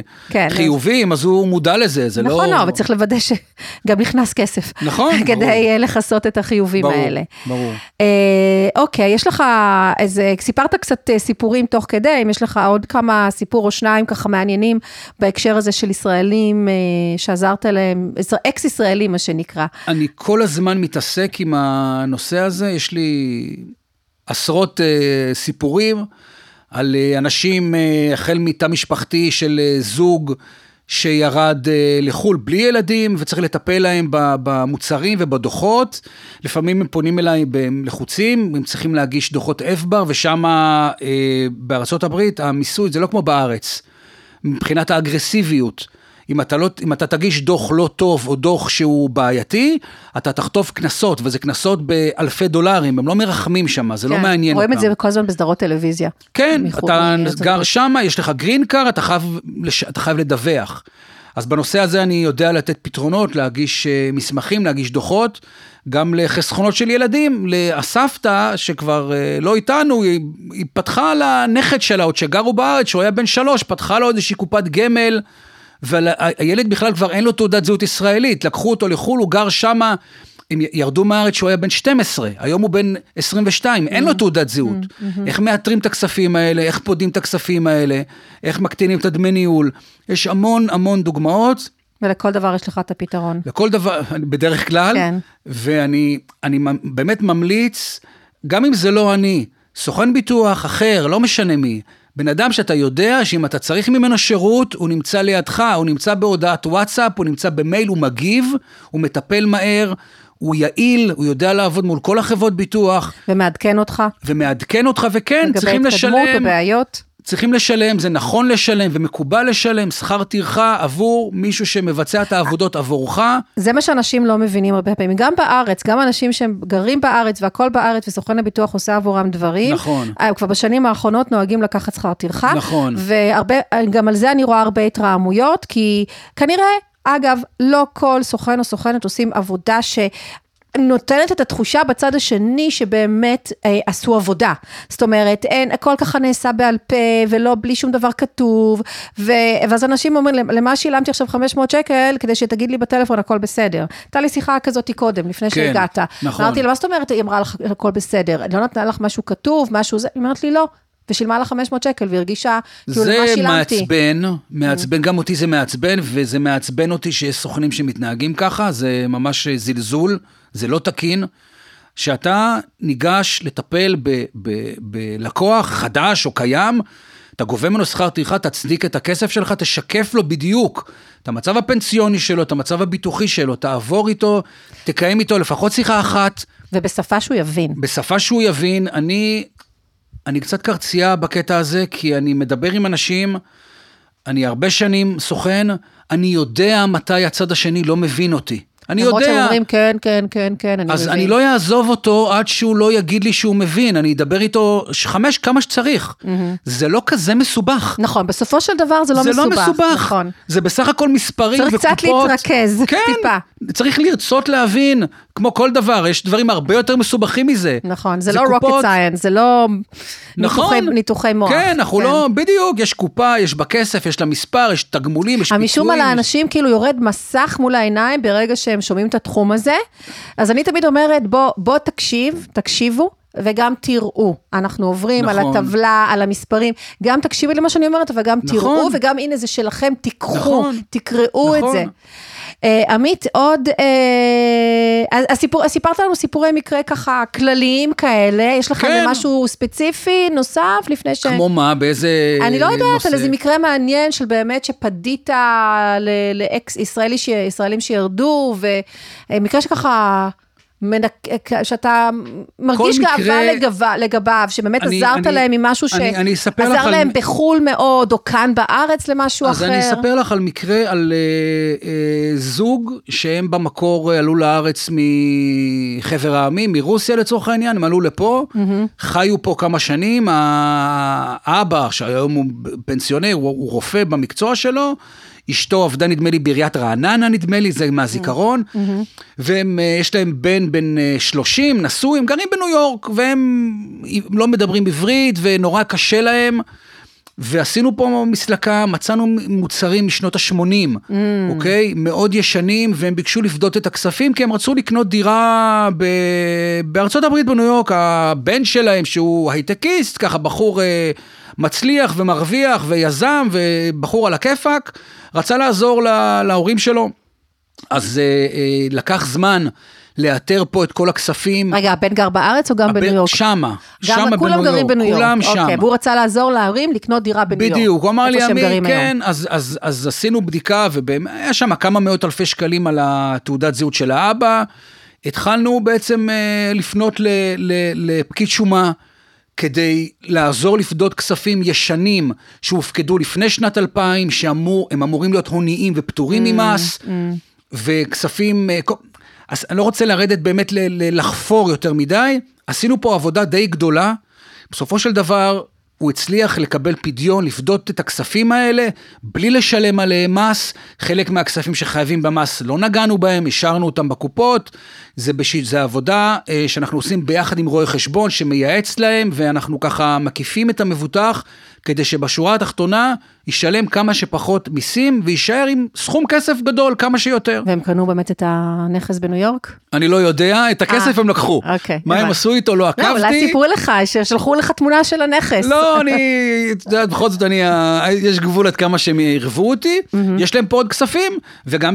חיובים, אז הוא מודע לזה, זה לא... נכון, וצריך לוודא שגם נכנס כסף. נכון, ברור. כדי לחסות את החיובים האלה. ברור. אוקיי, יש לך איזה, סיפרת קצת סיפורים תוך כדי, אם יש לך עוד כמה סיפור או שניים ככה מעניינים, בהקשר הזה של ישראלים, שעזרת להם, אקס ישראלים מה שנקרא. אני כל הזמן מתעסק עם הנושא הזה, יש לי עשרות סיפורים, על אנשים, החל מתא משפחתי של זוג, שירד לחול בלי ילדים, וצריך לטפל להם במוצרים ובדוחות, לפעמים הם פונים אליי לחוצים, הם צריכים להגיש דוחות אפבר, ושם בארצות הברית, המיסוי זה לא כמו בארץ, מבחינת האגרסיביות, אם אתה תגיש דוח לא טוב, או דוח שהוא בעייתי, אתה תחטוף כנסות, וזה כנסות באלפי דולרים, הם לא מרחמים שם, זה לא מעניין אותם. רואים את זה כל הזמן בסדרות טלוויזיה. כן, אתה גר שם, יש לך גרין קארד, אתה חייב לדווח. אז בנושא הזה אני יודע לתת פתרונות, להגיש מסמכים, להגיש דוחות, גם לחסכונות של ילדים, הסבתא שכבר לא איתנו, היא פתחה לנכד שלה, עוד שגרו בארץ, שהוא היה בן 3, פתחה לו איזושהי קופת גמל, והילד בכלל כבר אין לו תעודת זהות ישראלית, לקחו אותו לחול, הוא גר שמה, הם ירדו מהארץ שהוא היה בן 12, היום הוא בן 22, אין לו תעודת זהות. איך מאתרים את הכספים האלה, איך פודים את הכספים האלה, איך מקטינים את הדמי ניהול, יש המון דוגמאות. ולכל דבר יש לך את הפתרון. לכל דבר, בדרך כלל, כן. ואני באמת ממליץ, גם אם זה לא אני, סוכן ביטוח אחר, לא משנה מי, בן אדם שאתה יודע שאם אתה צריך ממנו שירות, הוא נמצא לידך, הוא נמצא בהודעת וואטסאפ, הוא נמצא במייל, הוא מגיב, הוא מטפל מהר, הוא יעיל, הוא יודע לעבוד מול כל החברות ביטוח. ומעדכן אותך. וכן, צריכים לשלם. לגבי התקדמות, הבעיות. צריכים לשלם, זה נכון לשלם ומקובל לשלם, שכר טרחה עבור מישהו שמבצע את העבודות עבורך. זה מה שאנשים לא מבינים הרבה פעמים, גם בארץ, גם אנשים שהם גרים בארץ והכל בארץ וסוכן הביטוח עושה עבורם דברים. נכון. כבר בשנים האחרונות נוהגים לקחת שכר טרחה. נכון. וגם על זה אני רואה הרבה התרעמויות, כי כנראה, אגב, לא כל סוכן או סוכנת עושים עבודה נותנת את התחושה בצד השני שבאמת עשו עבודה. זאת אומרת, הכל ככה נעשה בעל פה, ולא בלי שום דבר כתוב, ואז אנשים אומרים, למה שילמתי עכשיו 500 שקל, כדי שתגיד לי בטלפון, הכל בסדר. הייתה לי שיחה כזאת קודם, לפני שהגעת. נכון. אמרתי, למה זאת אומרת, היא אמרה לך, הכל בסדר, לא נתנה לך משהו כתוב, משהו זה, היא אמרת לי לא. ושילמה לה 500 שקל, והרגישה, כאילו למה שילמתי. זה מעצבן, גם אותי זה מעצבן, וזה מעצבן אותי שיש סוכנים שמתנהגים ככה, זה ממש זלזול, זה לא תקין, שאתה ניגש לטפל בלקוח חדש או קיים, אתה גובה ממנו שכר טרחה, תצדיק את הכסף שלך, תשקף לו בדיוק את המצב הפנסיוני שלו, את המצב הביטוחי שלו, תעבור איתו, תקיים איתו לפחות שיחה אחת. ובשפה שהוא יבין. בשפה שהוא יבין, אני קצת קרצייה בקטע הזה, כי אני מדבר עם אנשים, אני הרבה שנים סוכן, אני יודע מתי הצד השני לא מבין אותי. אני יודע. למרות שהם אומרים, כן, אני מבין. אז אני לא יעזוב אותו עד שהוא לא יגיד לי שהוא מבין, אני אדבר איתו 5 כמה שצריך. זה לא כזה מסובך. נכון, בסופו של דבר זה לא מסובך. זה לא מסובך. נכון. זה בסך הכל מספרים וקופות. צריך קצת להתרכז, כן, טיפה. צריך לרצות להבין, כמו כל דבר, יש דברים הרבה יותר מסובכים מזה. נכון, זה לא rocket science, זה לא ניתוחי מוח. כן, אנחנו לא, בדיוק, יש קופה, יש בכסף, יש לה מספר, יש תגמולים, יש פיצויים. המשום על האנשים כאילו יורד מסך מול העיניים ברגע שהם שומעים את התחום הזה, אז אני תמיד אומרת, בוא תקשיבו, וגם תראו. אנחנו עוברים על הטבלה, על המספרים, גם תקשיבי למה שאני אומרת, אבל גם תראו, וגם הנה זה שלכם, תיקחו, תקראו את זה. עמית, עוד, סיפרת לנו סיפורי מקרה ככה כלליים כאלה, יש לכם משהו ספציפי נוסף לפני ש... כמו מה, באיזה נושא? אני לא יודעת, על איזה מקרה מעניין של באמת שפדית לאקס ישראלים שירדו, ומקרה שככה... שאתה מרגיש גאווה לגביו, שבאמת עזרת להם עם משהו שעזר להם בחול מאוד, או כאן בארץ למשהו אחר. אז אני אספר לך על מקרה, על זוג שהם במקור עלו לארץ מחבר העמים, מרוסיה לצורך העניין, הם עלו לפה, חיו פה כמה שנים, האבא שהיום הוא פנסיונר, הוא רופא במקצוע שלו, אשתו עבדה נדמה לי בעיריית רעננה נדמה לי, זה מהזיכרון, ויש להם בן 30, נשואים, גרים בניו יורק, והם לא מדברים עברית, ונורא קשה להם, ועשינו פה מסלקה, מצאנו מוצרים משנות ה-80, אוקיי? מאוד ישנים, והם ביקשו לפדות את הכספים, כי הם רצו לקנות דירה בארצות הברית בניו יורק, הבן שלהם שהוא הייטקיסט, ככה בחור מצליח ומרוויח ויזם, ובחור על הכיפק, רצה לעזור להורים שלו, אז לקח זמן לאתר פה את כל הכספים. רגע, הבן גר בארץ או גם בניו יורק? שמה כולם גרים בניו יורק. כולם שם. אוקיי, והוא רצה לעזור להורים לקנות דירה בניו יורק. בדיוק, הוא אמר לי, כן, אז עשינו בדיקה, והיה שם כמה מאות אלפי שקלים על התעודת זהות של האבא, התחלנו בעצם לפנות לפקיד שומה, כדי לעזור לפדות כספים ישנים שהופקדו לפני שנת 2000, שהם אמורים להיות הוניים ופטורים ממס, וכספים, אז אני לא רוצה לרדת באמת לחפור יותר מדי, עשינו פה עבודה די גדולה, בסופו של דבר הוא הצליח לקבל פדיון, לפדות את הכספים האלה, בלי לשלם עליהם מס, חלק מהכספים שחייבים במס לא נגענו בהם, השארנו אותם בקופות, זה עבודה שאנחנו עושים ביחד עם רואי חשבון, שמייעץ להם, ואנחנו ככה מקיפים את המבוטח, כדי שבשורה התחתונה ישלם כמה שפחות מיסים, וישאר עם סכום כסף גדול כמה שיותר. והם קנו באמת את הנכס בניו יורק? אני לא יודע, את הכסף הם לקחו. מה הם עשו איתו, לא עקבתי. לא, אולי סיפרו לך, ששלחו לך תמונה של הנכס. לא, בכל זאת, יש גבול עד כמה שהם ירבו אותי, יש להם פה עוד כספים, וגם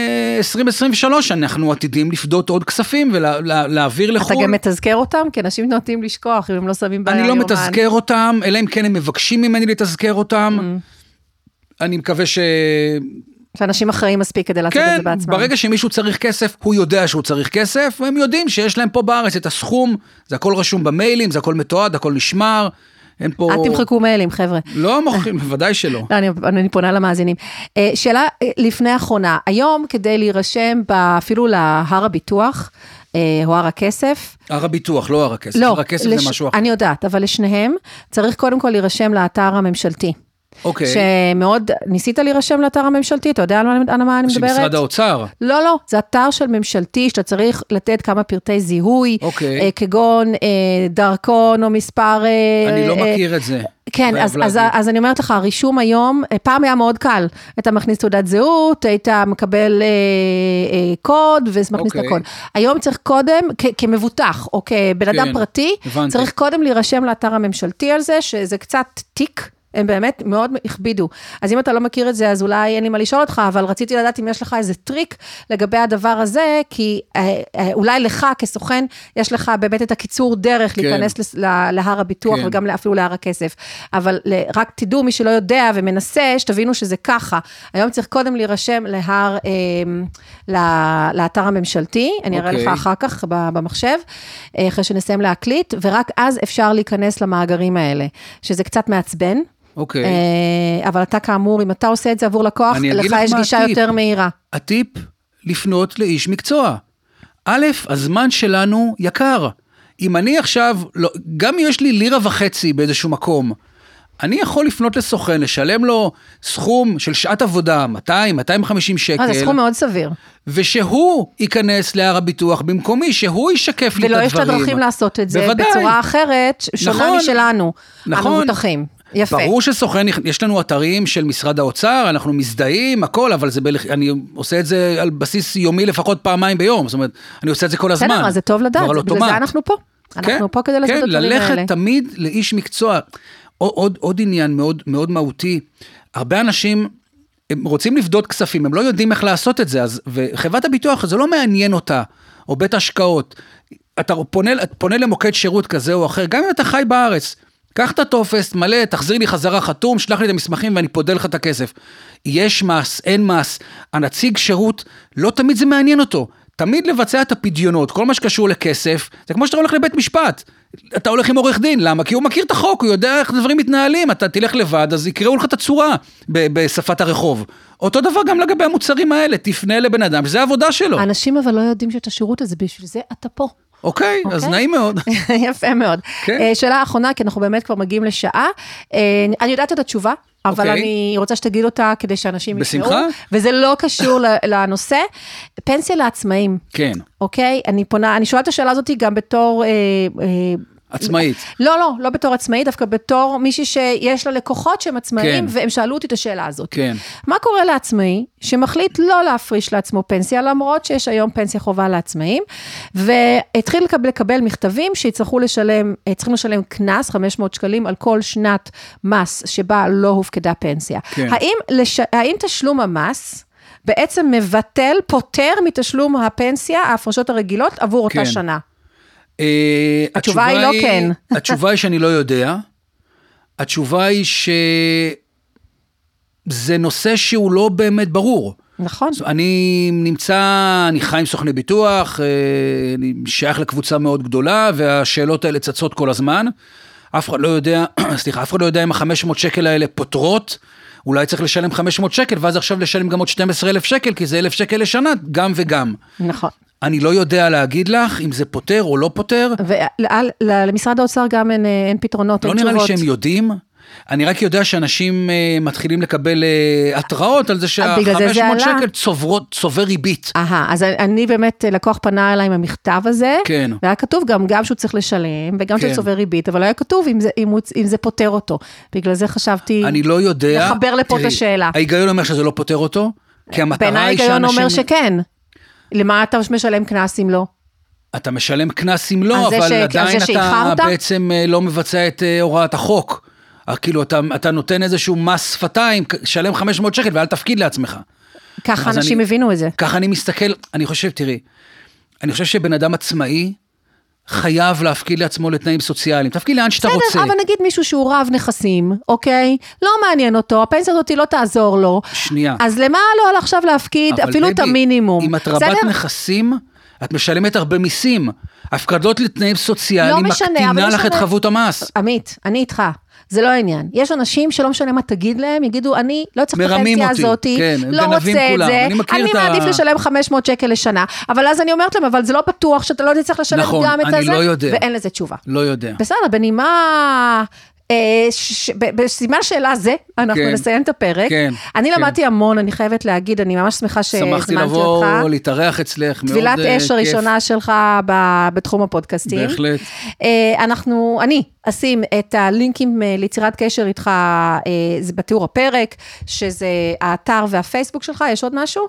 ב-2023 אנחנו עתידים לפדות עוד כספים, ולהעביר לחול. אתה גם מתזכר אותם? כי אנשים נוטים לשכוח, אם הם לא שמים ביומן. אני לא מתזכר אותם, אלא אם כן הם מבקשים ממני לתזכר אותם. אני מקווה שאנשים אחראים מספיק כדי לעשות את זה בעצמם. כן, ברגע שמישהו צריך כסף, הוא יודע שהוא צריך כסף, והם יודעים שיש להם פה בארץ את הסכום, זה הכל רשום במיילים, זה הכל מתועד, הכל נשמר, אין פה... אל תמחקו מיילים, חבר'ה. לא מוחקים, בוודאי שלא. אני פונה למאזינים. שאלה לפני האחרונה, היום כדי להירשם אפילו להר הביטוח, או הר הכסף. הר הביטוח, לא הר הכסף. הר הכסף זה משהו אחר. אני יודעת, אבל לשניהם צריך קודם כל להירשם לאתר הממשלתי. אוקיי. שמאוד, ניסית להירשם לאתר הממשלתי, אתה יודע על מה אני מדברת? שמשרד האוצר. לא, זה אתר של ממשלתי, שאתה צריך לתת כמה פרטי זיהוי, כגון דרכון או מספר... אני לא מכיר את זה. כן, אז אני אומרת לך, הרישום היום, פעם היה מאוד קל, אתה מכניס תעודת זהות, היית מקבל קוד, ומכניס את הקוד. היום צריך קודם, כמבוטח, או כבן אדם פרטי, צריך קודם להירשם לאתר הממשלתי על זה, שזה קצת תיק, הם באמת מאוד הכבידו. אז אם אתה לא מכיר את זה, אז אולי אין לי מה לשאול אותך, אבל רציתי לדעת אם יש לך איזה טריק לגבי הדבר הזה, כי אולי לך כסוכן, יש לך באמת את הקיצור דרך להיכנס להר הביטוח, וגם אפילו להר הכסף. אבל רק תדעו, מי שלא יודע ומנסה, שתבינו שזה ככה. היום צריך קודם להירשם לאתר הממשלתי, אני אראה לך אחר כך במחשב, אחרי שנסיים להקליט, ורק אז אפשר להיכנס למאגרים האלה, שזה קצת מעצבן. אוקיי. אבל אתה כאמור, אם אתה עושה את זה עבור לקוח, לך יש גישה יותר מהירה. הטיפ, לפנות לאיש מקצוע. א', הזמן שלנו יקר. אם אני עכשיו, גם יש לי לירה וחצי באיזשהו מקום, אני יכול לפנות לסוכן, לשלם לו סכום של שעת עבודה, 200-250 שקל. זה סכום מאוד סביר. ושהוא ייכנס להר הביטוח במקומי, שהוא ישקף לי את הדברים. ולא יש את הדרכים לעשות את זה בצורה אחרת, שונה משלנו, המבוטחים. יפה. ברור שסוכן, יש לנו אתרים של משרד האוצר, אנחנו מזדהים, הכל, אבל אני עושה את זה על בסיס יומי לפחות פעמיים ביום, זאת אומרת, אני עושה את זה כל הזמן. בסדר, אז זה טוב לדעת, בגלל זה אנחנו פה. אנחנו פה כדי לעשות את הדברים האלה. כן, ללכת תמיד לאיש מקצוע. עוד עניין מאוד, מאוד מהותי, הרבה אנשים הם רוצים לבדות כספים, הם לא יודעים איך לעשות את זה, וחברת הביטוח, זה לא מעניין אותה, או בית השקעות, אתה פונה למוקד שירות כזה או אחר, גם אם אתה חי בארץ, קח את הטופס, מלא, תחזיר לי חזרה חתום, שלח לי את המסמכים ואני פודה לך את הכסף. יש מס, אין מס, הנציג שירות, לא תמיד זה מעניין אותו, תמיד לבצע את הפדיונות, כל מה שקשור לכסף, זה כמו שאתה הולך לבית משפט, אתה הולך עם עורך דין, למה? כי הוא מכיר את החוק, הוא יודע איך דברים מתנהלים, אתה תלך לבד, אז יקראו לך את הצורה בשפת הרחוב. אותו דבר גם לגבי המוצרים האלה, תפנה לבן אדם, שזה העבודה שלו. אנשים אבל לא יודעים שאת השירות הזה, בשביל זה אתה פה. אוקיי, אז נעים מאוד. יפה מאוד. שאלה האחרונה, כי אנחנו באמת כבר מגיעים לשעה, אני יודעת את התשובה, אבל אני רוצה שתגיד אותה כדי שאנשים ישמעו. בשמחה. וזה לא קשור לנושא. פנסיה לעצמאים. כן. אוקיי? אני שואלת את השאלה הזאת גם בתור עצמאית. לא בתור עצמאית, דווקא בתור מישהי שיש לה לקוחות שהם עצמאים, והם שאלו אותי את השאלה הזאת. כן. מה קורה לעצמאי שמחליט לא להפריש לעצמו פנסיה, למרות שיש היום פנסיה חובה לעצמאים, והתחיל לקבל מכתבים שצריכים לשלם קנס, 500 שקלים, על כל שנת מס שבה לא הופקדה פנסיה. כן. האם תשלום המס בעצם מבטל, פותר מתשלום הפנסיה, ההפרשות הרגילות, עבור אותה שנה? התשובה היא לא כן. התשובה היא שאני לא יודע. התשובה היא שזה נושא שהוא לא באמת ברור. נכון. אני חי עם סוכני ביטוח, אני שייך לקבוצה מאוד גדולה, והשאלות האלה צצות כל הזמן. אף אחד לא יודע, אף אחד לא יודע אם ה-500 שקל האלה פותרות, אולי צריך לשלם 500 שקל, ואז עכשיו לשלם גם עוד 12,000 שקל, כי זה 1,000 שקל לשנה, גם וגם. נכון. אני לא יודע להגיד לך אם זה פותר או לא פותר. ולמשרד האוצר גם אין פתרונות. לא נראה לי שהם יודעים. אני רק יודע שאנשים מתחילים לקבל התראות על זה שה-500 שקל צובר ריבית. אז אני באמת, לקוח פנה אליי עם המכתב הזה, והיה כתוב גם שהוא צריך לשלם, וגם שהוא צובר ריבית, אבל היה כתוב אם זה פותר אותו. בגלל זה חשבתי לחבר לפה את השאלה. ההיגיון אומר שזה לא פותר אותו, כי המטרה היא שאנשים... ההיגיון אומר שכן. למה אתה משלם קנס אם לא? אתה משלם קנס אם לא, אבל עדיין אתה בעצם לא מבצע את הוראת החוק. כאילו אתה נותן איזשהו מס שפתיים, שלם 500 שקל ואל תפקיד לעצמך. ככה אנשים הבינו את זה. ככה אני מסתכל, אני חושב שבן אדם עצמאי, חייב להפקיד לעצמו לתנאים סוציאליים, תפקיד לאן שאתה רוצה. בסדר, אבל נגיד מישהו שהוא רב נכסים, אוקיי? לא מעניין אותו, הפנסיה הזאת לא תעזור לו. שנייה. אז למה לא עכשיו להפקיד אפילו את המינימום? אם את רבת נכסים, את משלמת הרבה מיסים. הפקדות לתנאים סוציאליים, מקטינה לך את חבות המס. עמית, אני איתך. זה לא העניין. יש אנשים שלא משנה מה תגיד להם, יגידו, אני לא צריך את הפנסיה הזאת, לא רוצה את זה, אני מעדיף לשלם 500 שקל לשנה, אבל אז אני אומרת להם, אבל זה לא בטוח שאתה לא תצטרך לשלם גם את הזה, ואין לזה תשובה. לא יודע. בסדר, בנימה... בסימן שאלה זה, אנחנו נסיים את הפרק. אני למדתי המון, אני חייבת להגיד, אני ממש שמחה שהזמנתי אותך. שמחתי לבוא, להתארח אצלך, מאוד כיף. טבילת אש הראשונה שלך בתחום הפודקאסטים. בהחלט. אני אשים את הלינקים ליצירת קשר איתך, זה בתיאור הפרק, שזה האתר והפייסבוק שלך, יש עוד משהו?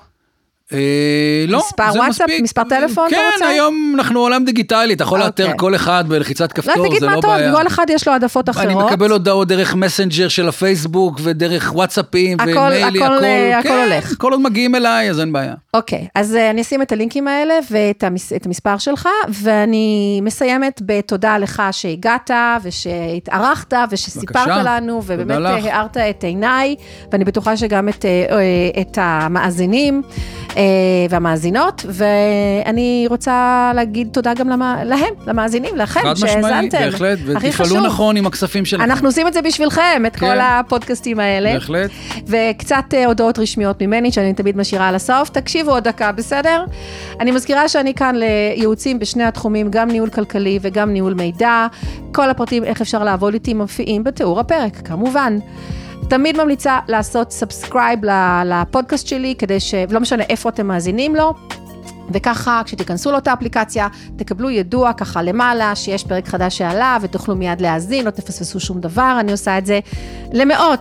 לא, מספר וואטסאפ, מספר טלפון, אתה רוצה? כן, היום אנחנו עולם דיגיטלי, אתה יכול לאתר כל אחד בלחיצת כפתור, זה לא בעיה. תגיד מה טוב, כל אחד יש לו העדפות אחרות. אני מקבל הודעות דרך מסנג'ר של הפייסבוק, ודרך וואטסאפים, ומיילי, הכל הולך. כל עוד מגיעים אליי, אז אין בעיה. אוקיי, אז אני אשים את הלינקים האלה, ואת המספר שלך, ואני מסיימת בתודה לך שהגעת, ושהתארחת, ושסיפרת לנו, ובאמת הארת את עיניי, ואני בטוחה שגם את המאזינים, והמאזינות, ואני רוצה להגיד תודה גם להם, למאזינים, לכם, שהזנתם. בהחלט, ותפעלו נכון עם הכספים שלכם. אנחנו עושים את זה בשבילכם, את כל הפודקאסטים האלה. בהחלט. וקצת הודעות רשמיות ממני, שאני תמיד משאירה על הסוף. תקשיבו עוד דקה, בסדר? אני מזכירה שאני כאן לייעוצים בשני התחומים, גם ניהול כלכלי וגם ניהול מידע. כל הפרטים, איך אפשר לעבוד איתי, מופיעים בתיאור הפרק, כמובן. תמיד ממליצה לעשות סאבסקרייב לפודקאסט שלי, כדי שלא משנה איפה אתם מאזינים לו, וככה כשתיכנסו לאותה אפליקציה, תקבלו ידוע ככה למעלה, שיש פרק חדש שעלה, ותוכלו מיד להאזין, לא תפספסו שום דבר, אני עושה את זה למאות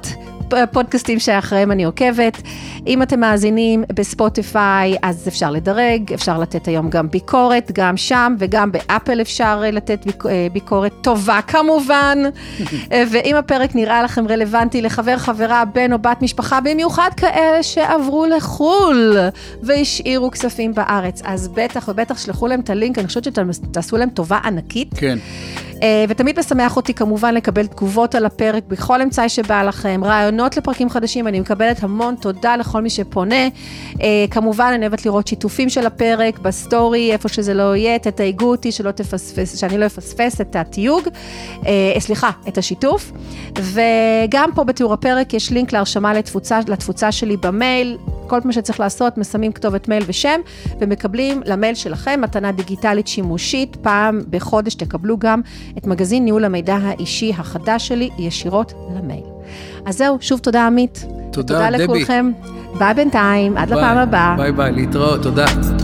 פודקאסטים שאחריהם אני עוקבת. אם אתם מאזינים בספוטיפיי, אז אפשר לדרג, אפשר לתת היום גם ביקורת, גם שם וגם באפל אפשר לתת ביקורת טובה כמובן. ואם הפרק נראה לכם רלוונטי לחבר, חברה, בן או בת משפחה, במיוחד כאלה שעברו לחול והשאירו כספים בארץ, אז בטח ובטח שלחו להם את הלינק, אני חושבת שתעשו להם טובה ענקית. כן. ותמיד משמח אותי כמובן לקבל תגובות על הפרק בכל אמצעי שבא לכם, רעיונות לפרקים חדשים, אני מקבלת המון תודה לכל מי שפונה. כמובן אני אוהבת לראות שיתופים של הפרק בסטורי, איפה שזה לא יהיה, תתייגו אותי שאני לא אפספס את התיוג, את השיתוף. וגם פה בתיאור הפרק יש לינק להרשמה לתפוצה שלי במייל, כל מה שצריך לעשות, מסמים כתובת מייל ושם, ומקבלים למייל שלכם מתנה דיגיטלית שימושית, פעם בחודש תקבלו גם את מגזין ניהול המידע האישי החדש שלי, ישירות למייל. אז זהו, שוב תודה עמית. תודה דבי. לכולכם. ביי בינתיים, עד לפעם הבאה. ביי ביי, להתראות, תודה.